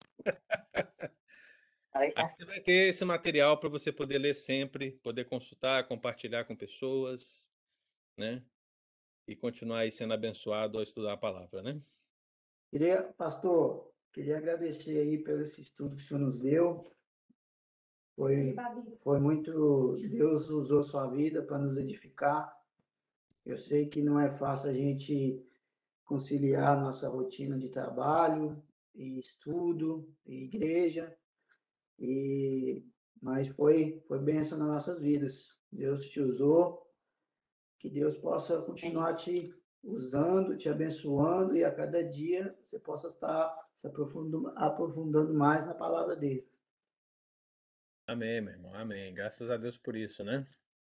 Aí você vai ter esse material para você poder ler sempre, poder consultar, compartilhar com pessoas, né? E continuar aí sendo abençoado ao estudar a palavra, né? Queria, pastor, queria agradecer aí pelo esse estudo que o senhor nos deu. Foi, foi muito, Deus usou sua vida para nos edificar. Eu sei que não é fácil a gente conciliar nossa rotina de trabalho e estudo e igreja, e mas foi foi bênção nas nossas vidas. Deus te usou, que Deus possa continuar te usando, te abençoando, e a cada dia você possa estar se aprofundando, aprofundando mais na palavra dele. Amém, meu irmão. Amém. Graças a Deus por isso, né?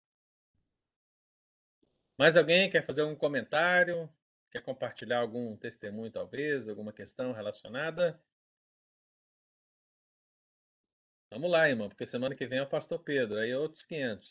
Mais alguém quer fazer algum comentário? Quer compartilhar algum testemunho, talvez? Alguma questão relacionada? Vamos lá, irmão, porque semana que vem é o pastor Pedro, aí é outros quinhentos.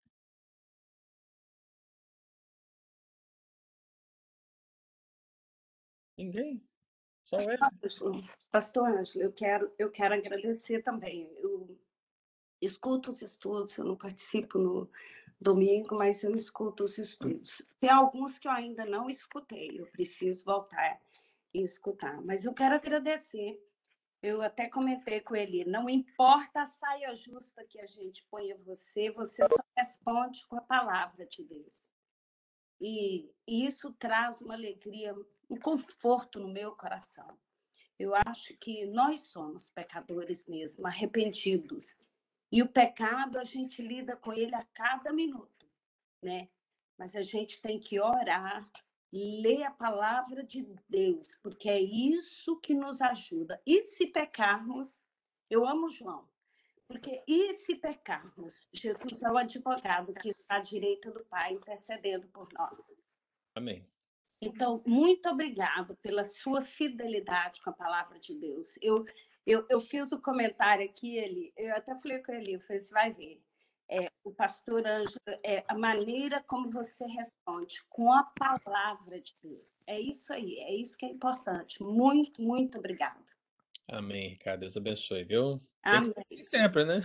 Ninguém? Só o Wesley? Pastor Ângelo, eu quero, eu quero agradecer também. Eu escuto os estudos, eu não participo no domingo, mas eu escuto os estudos. Tem alguns que eu ainda não escutei, eu preciso voltar e escutar. Mas eu quero agradecer. Eu até comentei com ele, não importa a saia justa que a gente põe em você, você só responde com a palavra de Deus. E, e isso traz uma alegria, um conforto no meu coração. Eu acho que nós somos pecadores mesmo, arrependidos. E o pecado, a gente lida com ele a cada minuto, né? Mas a gente tem que orar, ler a palavra de Deus, porque é isso que nos ajuda. E se pecarmos, eu amo João, porque e se pecarmos? Jesus é o advogado que está à direita do Pai, intercedendo por nós. Amém. Então, muito obrigado pela sua fidelidade com a palavra de Deus. Eu, eu, eu fiz o comentário aqui, ele, eu até falei com ele, eu falei, você vai ver. É, o pastor Ângelo, é, a maneira como você responde com a palavra de Deus. É isso aí, é isso que é importante. Muito, muito obrigado. Amém, Ricardo. Deus abençoe, viu? Tem Amém. que ser assim sempre, né?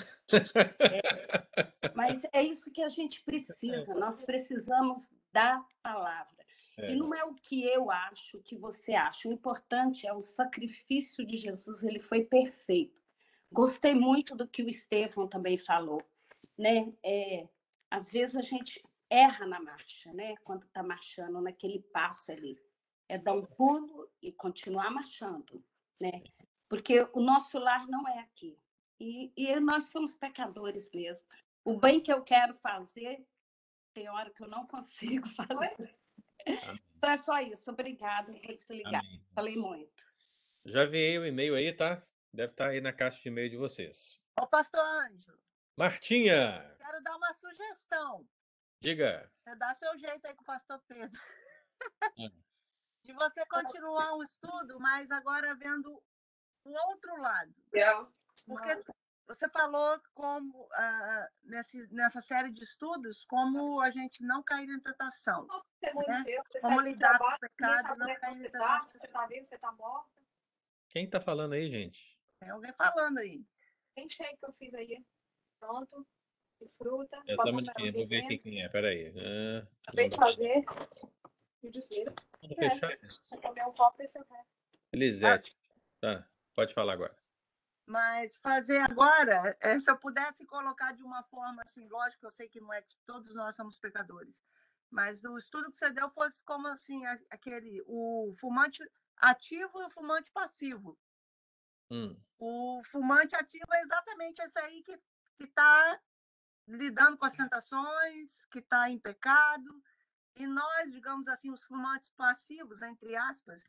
É, mas é isso que a gente precisa, nós precisamos da palavra. É. E não é o que eu acho, o que você acha. O importante é o sacrifício de Jesus, ele foi perfeito. Gostei muito do que o Estevão também falou, né? É, às vezes a gente erra na marcha, né? Quando está marchando naquele passo ali. É dar um pulo e continuar marchando, né? Porque o nosso lar não é aqui. E, e nós somos pecadores mesmo. O bem que eu quero fazer, tem hora que eu não consigo fazer. Amém. Então é só isso. Obrigada. Vou desligar. Amém. Falei muito. Já enviei o e-mail aí, tá? Deve estar aí na caixa de e-mail de vocês. Ô, pastor Ângelo, Martinha, quero dar uma sugestão. diga. Você dá seu jeito aí com o pastor Pedro. Hum. De você continuar um estudo, mas agora vendo o outro lado. Porque você falou como ah, nesse, nessa série de estudos como a gente não cair em tentação. Né? Como lidar com o pecado e não cair em tentação. Você tá vivo, você tá morta. Quem tá falando aí, gente? Tem alguém falando aí. Tem shake que eu fiz aí. Pronto. De fruta. É só um minutinho, vou ver quem, quem é. Peraí. Ah, Acabei de fazer. E desvira. Vamos fechar É. isso. Você comer um copo e você vai. Elisete. Tá, pode falar agora. Mas fazer agora, é, se eu pudesse colocar de uma forma assim, lógico, eu sei que não é que todos nós somos pecadores, mas o estudo que você deu fosse como assim, aquele, o fumante ativo e o fumante passivo. Hum. O fumante ativo é exatamente esse aí que está lidando com as tentações, que está em pecado, e nós, digamos assim, os fumantes passivos, entre aspas,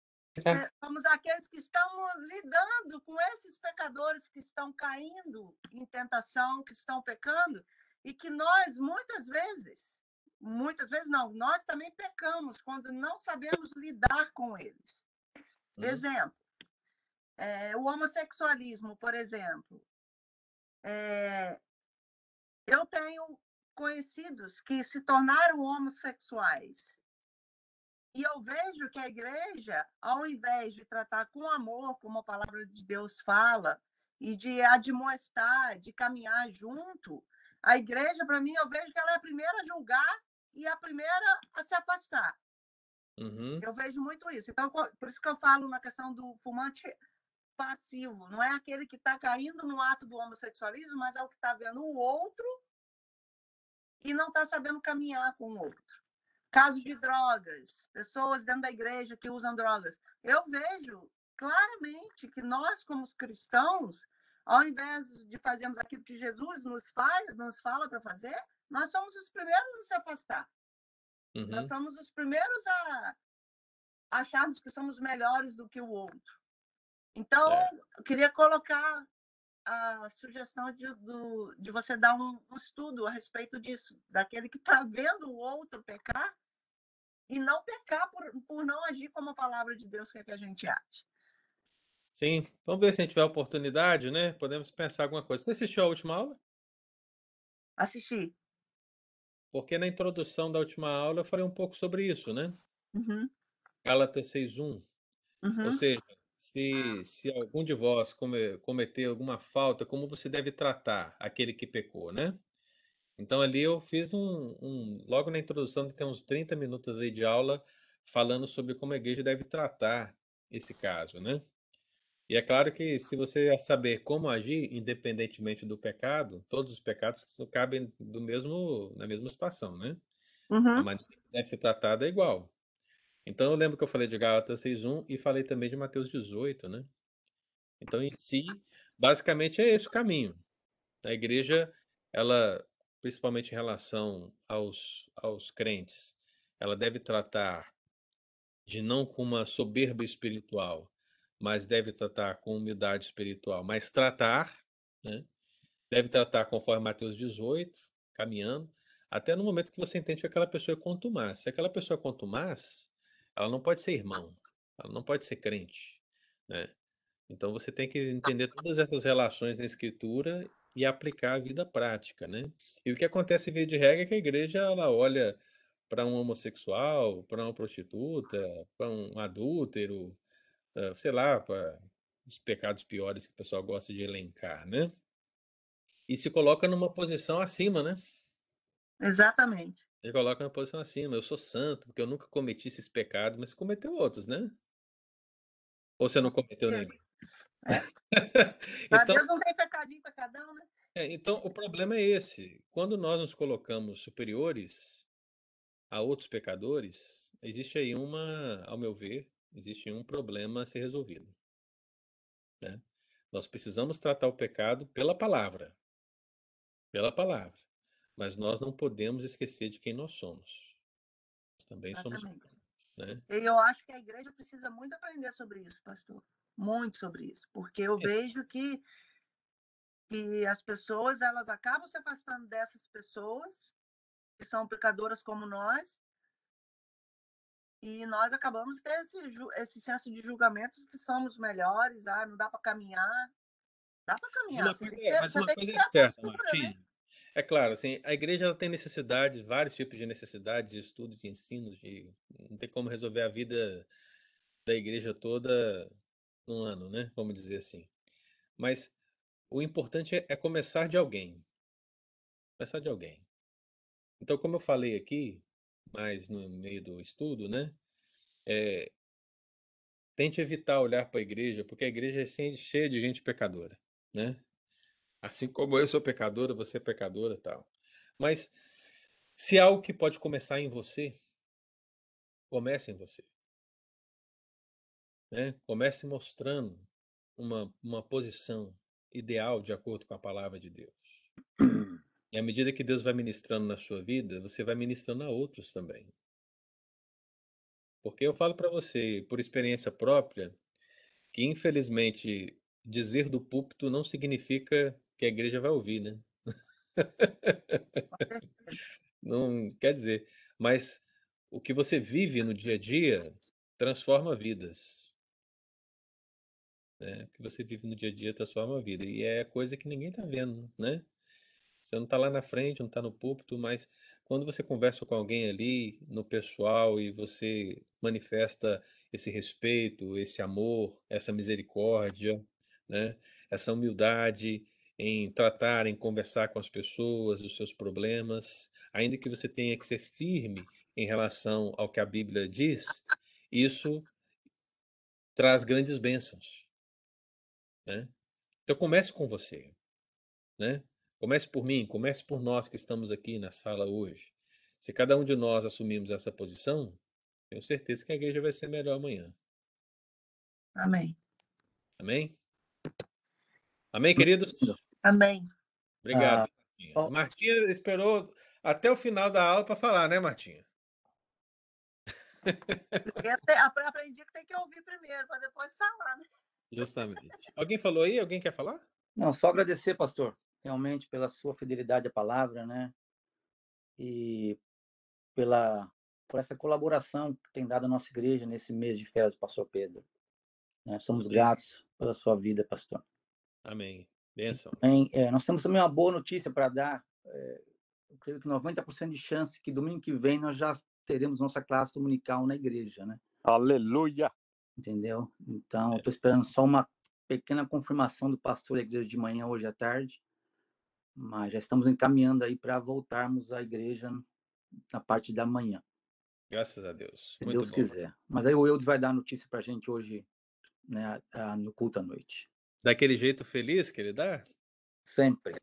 somos aqueles que estão lidando com esses pecadores que estão caindo em tentação, que estão pecando, e que nós, muitas vezes, muitas vezes não, nós também pecamos quando não sabemos lidar com eles. Hum. Exemplo, é, o homossexualismo, por exemplo. É, eu tenho conhecidos que se tornaram homossexuais E eu vejo que a igreja, ao invés de tratar com amor, como a palavra de Deus fala, e de admoestar, de caminhar junto, a igreja, para mim, eu vejo que ela é a primeira a julgar e a primeira a se afastar. Uhum. Eu vejo muito isso. Então, por isso que eu falo na questão do fumante passivo. Não é aquele que está caindo no ato do homossexualismo, mas é o que está vendo o outro e não está sabendo caminhar com o outro. Caso de drogas, pessoas dentro da igreja que usam drogas. Eu vejo claramente que nós, como cristãos, ao invés de fazermos aquilo que Jesus nos faz, nos fala para fazer, nós somos os primeiros a se afastar. Uhum. Nós somos os primeiros a acharmos que somos melhores do que o outro. Então, É. eu queria colocar a sugestão de, do, de você dar um, um estudo a respeito disso, daquele que está vendo o outro pecar e não pecar por, por não agir como a palavra de Deus quer que a gente age. Sim, vamos ver se a gente tiver oportunidade, né? Podemos pensar alguma coisa. Você assistiu a última aula? Assistir. Porque na introdução da última aula eu falei um pouco sobre isso, né? Uhum. Gálatas seis um. Ou Uhum. seja, se, se algum de vós come, cometer alguma falta, como você deve tratar aquele que pecou, né? Então ali eu fiz um, um logo na introdução, tem uns trinta minutos aí de aula falando sobre como a igreja deve tratar esse caso, né? E é claro que se você saber como agir, independentemente do pecado, todos os pecados cabem do mesmo, na mesma situação, né? A Uhum. maneira que deve ser tratada é igual. Então eu lembro que eu falei de Gálatas seis um e falei também de Mateus dezoito, né? Então em si, basicamente é esse o caminho. A igreja, ela, principalmente em relação aos, aos crentes, ela deve tratar de não com uma soberba espiritual, mas deve tratar com humildade espiritual, mas tratar, né? Deve tratar conforme Mateus dezoito, caminhando, até no momento que você entende que aquela pessoa é contumaz. Se aquela pessoa é contumaz, ela não pode ser irmão, ela não pode ser crente, né? Então você tem que entender todas essas relações na escritura e aplicar a vida prática, né? E o que acontece via de regra é que a igreja ela olha para um homossexual, para uma prostituta, para um adúltero, eh, sei lá, para os pecados piores que o pessoal gosta de elencar, né? E se coloca numa posição acima, né? Exatamente. Ele coloca numa posição acima. Eu sou santo, porque eu nunca cometi esses pecados, mas você cometeu outros, né? Ou você não cometeu nenhum? É. Para Então, Deus não tem pecadinho, pecadão, né? é, então, o problema é esse. Quando nós nos colocamos superiores a outros pecadores, existe aí uma, ao meu ver, existe um problema a ser resolvido, né? Nós precisamos tratar o pecado pela palavra, pela palavra. Mas nós não podemos esquecer de quem nós somos. Nós também somos Exatamente. humanos, né? E eu acho que a igreja precisa muito aprender sobre isso, pastor. Muito sobre isso. Porque eu vejo que, que as pessoas elas acabam se afastando dessas pessoas que são pecadoras como nós, e nós acabamos ter esse, esse senso de julgamento que somos melhores, ah, não dá para caminhar. Dá para Mas caminhar, uma você tem coisa que é, ter, mas você uma tem que coisa ter é a certa, postura, né? Martim. É claro, assim, a igreja ela tem necessidades, vários tipos de necessidades de estudo, de ensino, de não tem como resolver a vida da igreja toda num ano, né? Vamos dizer assim. Mas o importante é, é começar de alguém. Começar de alguém. Então, como eu falei aqui, mais no meio do estudo, né? É, tente evitar olhar para a igreja, porque a igreja é cheia cheia de gente pecadora, né? Assim como eu sou pecadora, você é pecadora, e tal. Mas se há algo que pode começar em você, comece em você, né? Comece mostrando uma, uma posição ideal de acordo com a palavra de Deus. E à medida que Deus vai ministrando na sua vida, você vai ministrando a outros também. Porque eu falo para você, por experiência própria, que infelizmente dizer do púlpito não significa que a igreja vai ouvir, né? Não quer dizer, mas o que você vive no dia a dia transforma vidas, né? O que você vive no dia a dia transforma a vida e é coisa que ninguém está vendo, né? Você não está lá na frente, não está no púlpito, mas quando você conversa com alguém ali no pessoal e você manifesta esse respeito, esse amor, essa misericórdia, né? Essa humildade em tratar, em conversar com as pessoas, os seus problemas, ainda que você tenha que ser firme em relação ao que a Bíblia diz, isso traz grandes bênçãos, né? Então comece com você, né? Comece por mim, comece por nós que estamos aqui na sala hoje. Se cada um de nós assumirmos essa posição, tenho certeza que a igreja vai ser melhor amanhã. Amém. Amém? Amém, queridos? Amém. Obrigado, Ah, Martinha. ó, Martinha esperou até o final da aula para falar, né, Martinha? Eu te- apre- aprendi que tem que ouvir primeiro, para depois falar, né? Justamente. Alguém falou aí? Alguém quer falar? não, só agradecer, pastor, realmente pela sua fidelidade à palavra, né? E pela por essa colaboração que tem dado a nossa igreja nesse mês de férias do pastor Pedro. Né? Somos Amém. gratos pela sua vida, pastor. Amém. Bênção. Também, é, nós temos também uma boa notícia para dar. É, eu creio que noventa por cento de chance que domingo que vem nós já teremos nossa classe dominical na igreja, né? Aleluia! Entendeu? Então, É. estou esperando só uma pequena confirmação do pastor da igreja de manhã hoje à tarde, mas já estamos encaminhando aí para voltarmos à igreja na parte da manhã, Graças a Deus. se Muito Deus bom. quiser. Mas aí o Eudes vai dar a notícia para a gente hoje, né, no culto à noite. Daquele jeito feliz que ele dá? Sempre.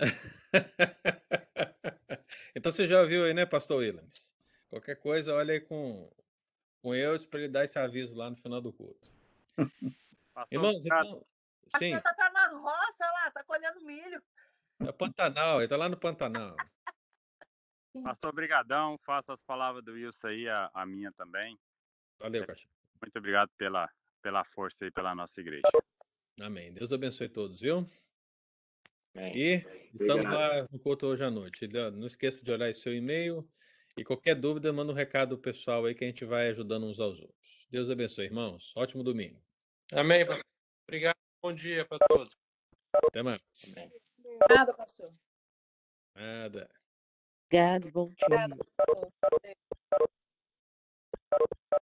Então você já ouviu aí, né, pastor Williams? Qualquer coisa, olha aí com, com eu para ele dar esse aviso lá no final do culto. Pastor, Irmãos, obrigado. então, A tia sim, tá, tá na roça lá, tá colhendo milho. é Pantanal, ele tá lá no Pantanal. Pastor, brigadão. Faça as palavras do Wilson aí, a, a minha também. Valeu, cachorro. Muito obrigado pela, pela força aí pela nossa igreja. Amém. Deus abençoe todos, viu? Amém. E estamos Obrigado. lá no culto hoje à noite. Não esqueça de olhar esse seu e-mail. E qualquer dúvida, manda um recado pro pessoal aí que a gente vai ajudando uns aos outros. Deus abençoe, irmãos. Ótimo domingo. Amém, pastor. Obrigado. Bom dia para todos. Até mais. Amém. Nada, pastor. Nada. Obrigado, bom dia. Obrigada, pastor.